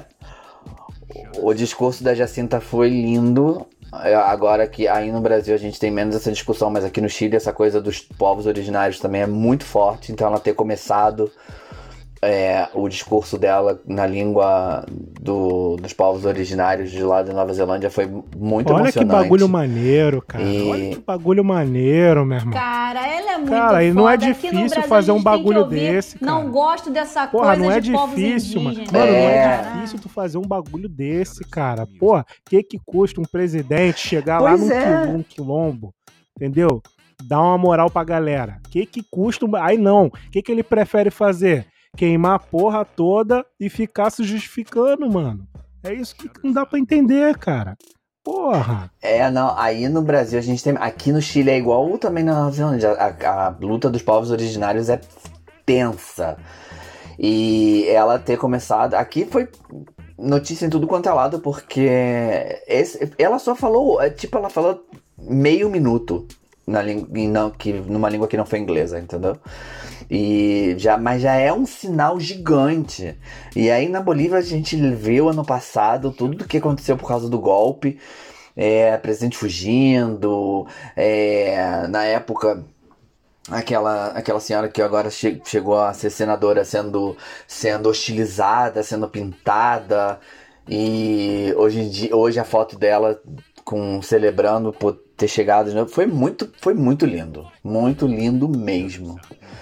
O discurso da Jacinta foi lindo. Agora que aí no Brasil a gente tem menos essa discussão, mas aqui no Chile essa coisa dos povos originários também é muito forte. Então ela ter começado o discurso dela na língua dos povos originários de lá da Nova Zelândia foi muito Olha emocionante. que bagulho maneiro, cara. Olha que bagulho maneiro, meu irmão. Cara, ela é muito Cara, e foda. não é Aqui no difícil Brasil, fazer a um gente tem que bagulho ouvir, desse, cara. Não gosto dessa Porra, coisa não é de povos difícil, mano. indígenas. Mano, não é É. difícil tu fazer um bagulho desse, cara. Porra, o que custa um presidente chegar lá Pois é. num quilombo, entendeu? Dar uma moral pra galera. O que custa um... Aí não. O que ele prefere fazer? Queimar a porra toda e ficar se justificando, mano. É isso que não dá pra entender, cara. Porra. Não, aí no Brasil a gente tem. Aqui no Chile é igual também na Nova Zelândia. A luta dos povos originários é tensa. E ela ter começado. Aqui foi notícia em tudo quanto é lado, porque ela só falou. Ela falou meio minuto numa língua que não foi inglesa, entendeu? Mas já é um sinal gigante. E aí na Bolívia a gente viu ano passado tudo o que aconteceu por causa do golpe, presidente fugindo, na época aquela senhora que agora chegou a ser senadora sendo hostilizada, sendo pintada, e hoje a foto dela celebrando por ter chegado de novo foi muito lindo mesmo.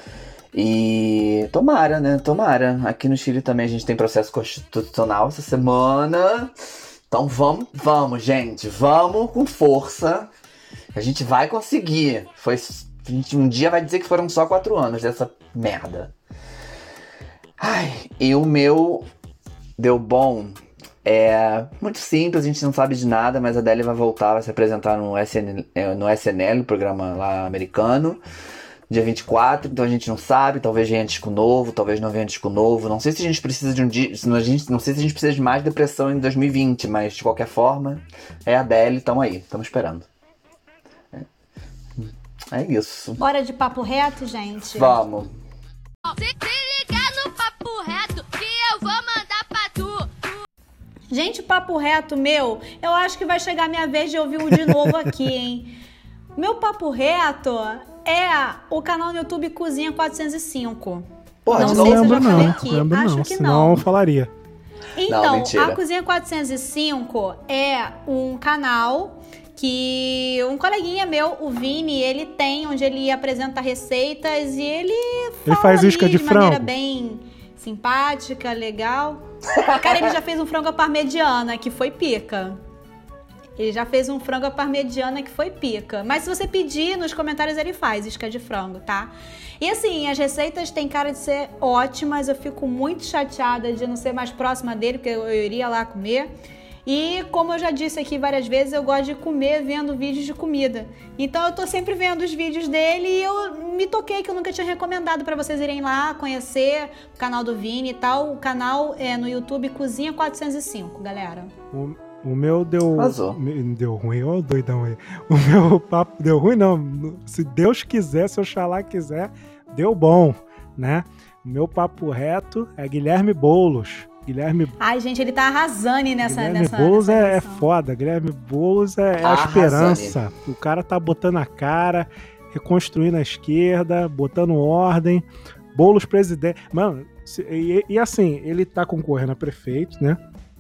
E tomara, né? Tomara. Aqui no Chile também a gente tem processo constitucional essa semana. Então vamos, gente. Vamos com força. A gente vai conseguir. A gente um dia vai dizer que foram só 4 anos dessa merda. Ai, e o meu deu bom. É muito simples, a gente não sabe de nada, mas a Adele vai voltar, vai se apresentar no SNL, programa lá americano. Dia 24, então a gente não sabe, talvez venha disco novo, talvez não venha disco novo. Não sei se a gente precisa de não sei se a gente precisa de mais depressão em 2020, mas de qualquer forma, é a Adele, tamo aí, estamos esperando. É isso. Bora de papo reto, gente? Vamos. Se ligar no papo reto que eu vou mandar pra tu. Gente, papo reto meu, eu acho que vai chegar a minha vez de ouvir um de novo aqui, hein? Meu papo reto é o canal no YouTube Cozinha 405. Pode, não não sei se eu lembro já falei não, aqui. lembro Acho não, que senão não. eu falaria. Então, mentira. a Cozinha 405 é um canal que um coleguinha meu, o Vini, ele tem, onde ele apresenta receitas e ele fala faz isca ali de maneira frango? bem simpática, legal. Cara, ele já fez um frango à parmegiana, que foi pica. Ele já fez um frango à parmegiana que foi pica. Mas se você pedir, nos comentários ele faz isca de frango, tá? E assim, as receitas têm cara de ser ótimas. Eu fico muito chateada de não ser mais próxima dele, porque eu iria lá comer. E como eu já disse aqui várias vezes, eu gosto de comer vendo vídeos de comida. Então eu tô sempre vendo os vídeos dele e eu me toquei que eu nunca tinha recomendado pra vocês irem lá conhecer o canal do Vini e tal. O canal é no YouTube Cozinha 405, galera. O meu deu... Vazou. Deu ruim, ó, doidão aí. O meu papo deu ruim, não. Se Deus quiser, se Oxalá quiser, deu bom, né? O meu papo reto é Guilherme Boulos. Ai, gente, ele tá arrasando nessa Guilherme Boulos é edição. foda. Guilherme Boulos é a Arrasane. esperança. O cara tá botando a cara, reconstruindo a esquerda, botando ordem. Boulos presidente. Mano, e assim, ele tá concorrendo a prefeito, né?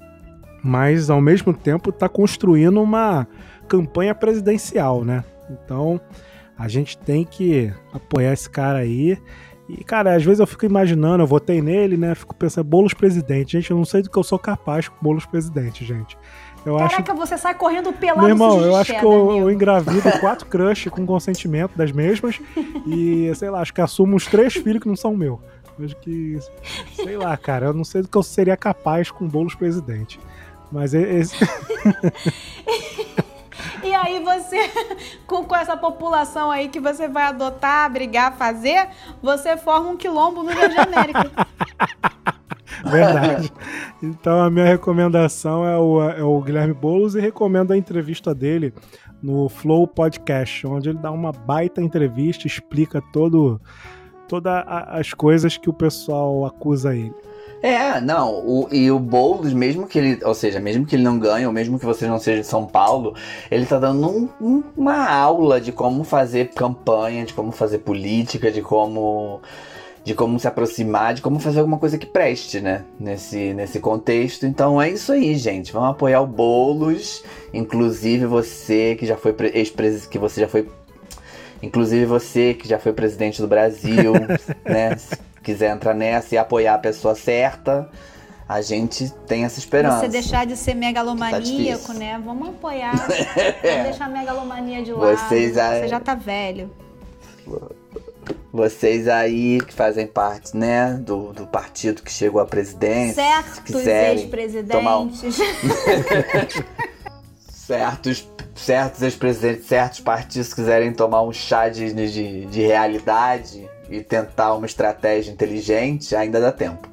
Mas ao mesmo tempo tá construindo uma campanha presidencial, né? Então a gente tem que apoiar esse cara aí. E, cara, às vezes eu fico imaginando, eu votei nele, né? Fico pensando, Boulos presidente. Gente, eu não sei do que eu sou capaz com Boulos presidente, gente. Caraca, você sai correndo pelado. Meu irmão, sujo de eu acho cheddar, que eu amigo. engravido 4 crush com consentimento das mesmas. E, sei lá, acho que assumo uns 3 filhos que não são meus. Acho que, sei lá, cara, eu não sei do que eu seria capaz com Boulos presidente. Mas esse... E aí você, com essa população aí que você vai adotar, brigar, fazer, você forma um quilombo no Rio de Janeiro. Verdade. Então a minha recomendação é o Guilherme Boulos e recomendo a entrevista dele no Flow Podcast, onde ele dá uma baita entrevista, explica todas as coisas que o pessoal acusa ele. E o Boulos, mesmo que ele não ganhe, ou mesmo que você não seja de São Paulo, ele tá dando uma aula de como fazer campanha, de como fazer política, de como se aproximar, de como fazer alguma coisa que preste, né? Nesse contexto. Então é isso aí, gente. Vamos apoiar o Boulos. Inclusive você que já foi presidente do Brasil, né? Se quiser entrar nessa e apoiar a pessoa certa, a gente tem essa esperança. Você deixar de ser megalomaníaco, né? Vamos apoiar. Vamos deixar a megalomania de lado. Você já tá velho. Vocês aí que fazem parte, né, do partido que chegou à presidência. Certos ex-presidentes. Certos ex-presidentes, certos partidos quiserem tomar um chá de realidade e tentar uma estratégia inteligente, ainda dá tempo.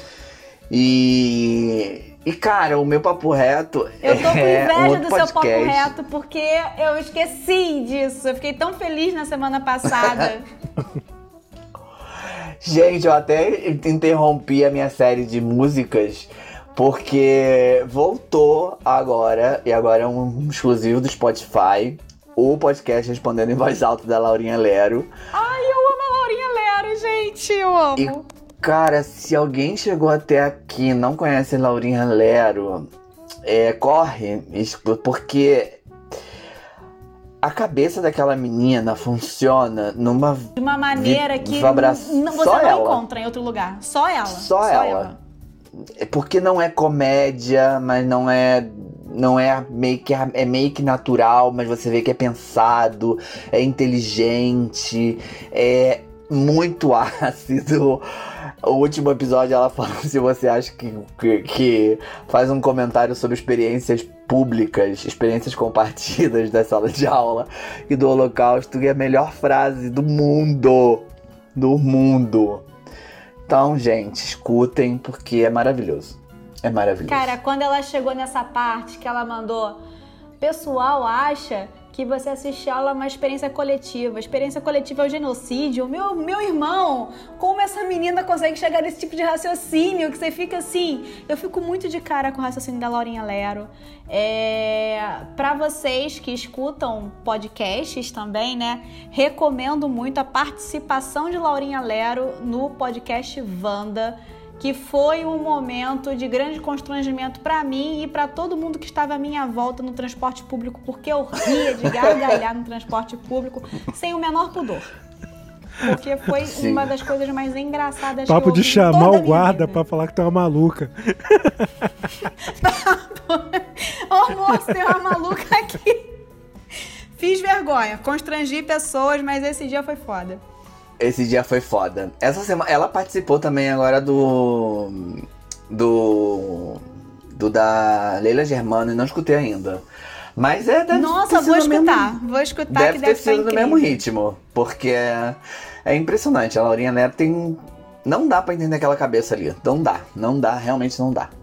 E cara, o meu papo reto eu tô com inveja do podcast. Seu papo reto, porque eu esqueci disso. Eu fiquei tão feliz na semana passada. Gente, eu até interrompi a minha série de músicas porque voltou agora, e agora é um exclusivo do Spotify, o podcast Respondendo em Voz Alta da Laurinha Lero. Ai, eu amo a Laurinha Lero, gente, eu amo. E, cara, se alguém chegou até aqui e não conhece a Laurinha Lero, corre, porque a cabeça daquela menina funciona de uma maneira que você não encontra em outro lugar. Só ela. Só ela. Porque não é comédia, mas não é meio que natural, mas você vê que é pensado, é inteligente, é muito ácido. O último episódio ela fala, se você acha que faz um comentário sobre experiências públicas, experiências compartidas da sala de aula e do Holocausto, que é a melhor frase do mundo. Então, gente, escutem, porque é maravilhoso. É maravilhoso. Cara, quando ela chegou nessa parte que ela mandou, pessoal acha que você assistir aula é uma experiência coletiva. A experiência coletiva é o genocídio. Meu irmão, como essa menina consegue chegar nesse tipo de raciocínio? Que você fica assim... Eu fico muito de cara com o raciocínio da Laurinha Lero. Pra vocês que escutam podcasts também, né? Recomendo muito a participação de Laurinha Lero no podcast Wanda, que foi um momento de grande constrangimento para mim e para todo mundo que estava à minha volta no transporte público, porque eu ria de gargalhar no transporte público sem o menor pudor. Porque foi uma das coisas mais engraçadas papo que eu de ouvi chamar toda o guarda vida. pra falar que tu é uma maluca. Ô moço, tem uma maluca aqui. Fiz vergonha, constrangi pessoas, mas esse dia foi foda. Esse dia foi foda. Essa semana ela participou também agora do da Leila Germano, e não escutei ainda. Mas nossa, vou escutar. Vou escutar, deve que ter deve sido estar no incrível. mesmo ritmo. Porque é impressionante. A Laurinha Lero tem... Não dá pra entender aquela cabeça ali. Não dá, realmente não dá.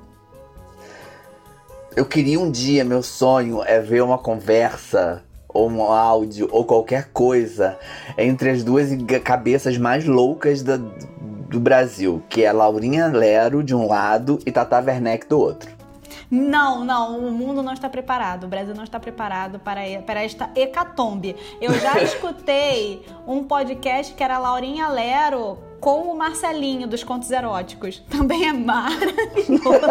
Eu queria um dia, meu sonho é ver uma conversa, ou um áudio, ou qualquer coisa entre as duas cabeças mais loucas do Brasil, que é Laurinha Lero de um lado e Tata Werneck do outro. Não, o mundo não está preparado, o Brasil não está preparado para esta hecatombe. Eu já escutei um podcast que era Laurinha Lero com o Marcelinho dos Contos Eróticos. Também é maravilhoso.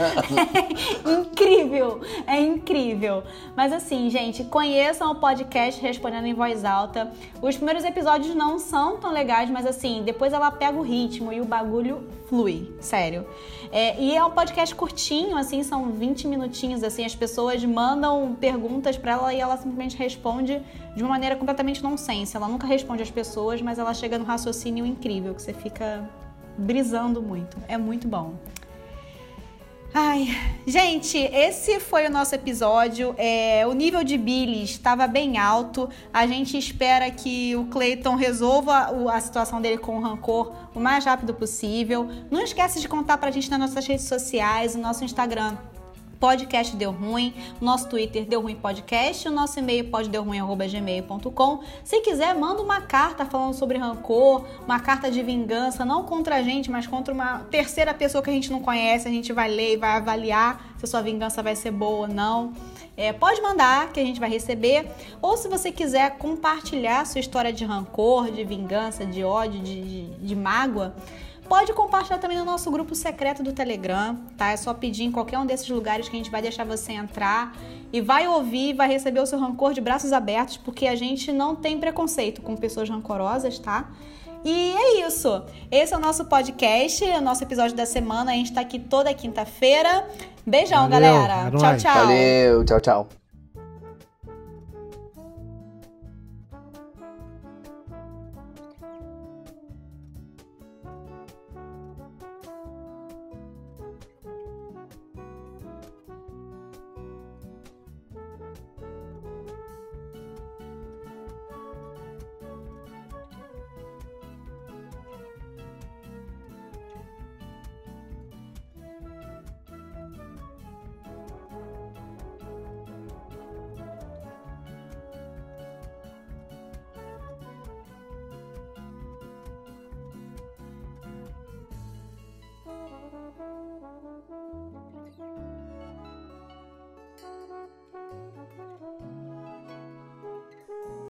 É incrível. Mas assim, gente, conheçam o podcast Respondendo em Voz Alta. Os primeiros episódios não são tão legais, mas assim, depois ela pega o ritmo e o bagulho flui, sério. E é um podcast curtinho, assim, são 20 minutinhos, assim, as pessoas mandam perguntas pra ela e ela simplesmente responde de uma maneira completamente nonsense. Ela nunca responde às pessoas, mas ela chega no raciocínio incrível, que você fica brisando muito. É muito bom. Ai, gente, esse foi o nosso episódio. O nível de bilis estava bem alto. A gente espera que o Cleiton resolva a situação dele com o rancor o mais rápido possível. Não esquece de contar pra gente nas nossas redes sociais, o nosso Instagram Podcast Deu Ruim, nosso Twitter Deu Ruim Podcast, o nosso e-mail poddeuruim@gmail.com. Se quiser, manda uma carta falando sobre rancor, uma carta de vingança, não contra a gente, mas contra uma terceira pessoa que a gente não conhece. A gente vai ler e vai avaliar se a sua vingança vai ser boa ou não. Pode mandar, que a gente vai receber. Ou se você quiser compartilhar sua história de rancor, de vingança, de ódio, de mágoa, pode compartilhar também no nosso grupo secreto do Telegram, tá? É só pedir em qualquer um desses lugares que a gente vai deixar você entrar e vai ouvir, vai receber o seu rancor de braços abertos, porque a gente não tem preconceito com pessoas rancorosas, tá? E é isso. Esse é o nosso podcast, o nosso episódio da semana. A gente tá aqui toda quinta-feira. Beijão, Valeu, galera. é Tchau, nóis. tchau. Valeu, tchau, tchau.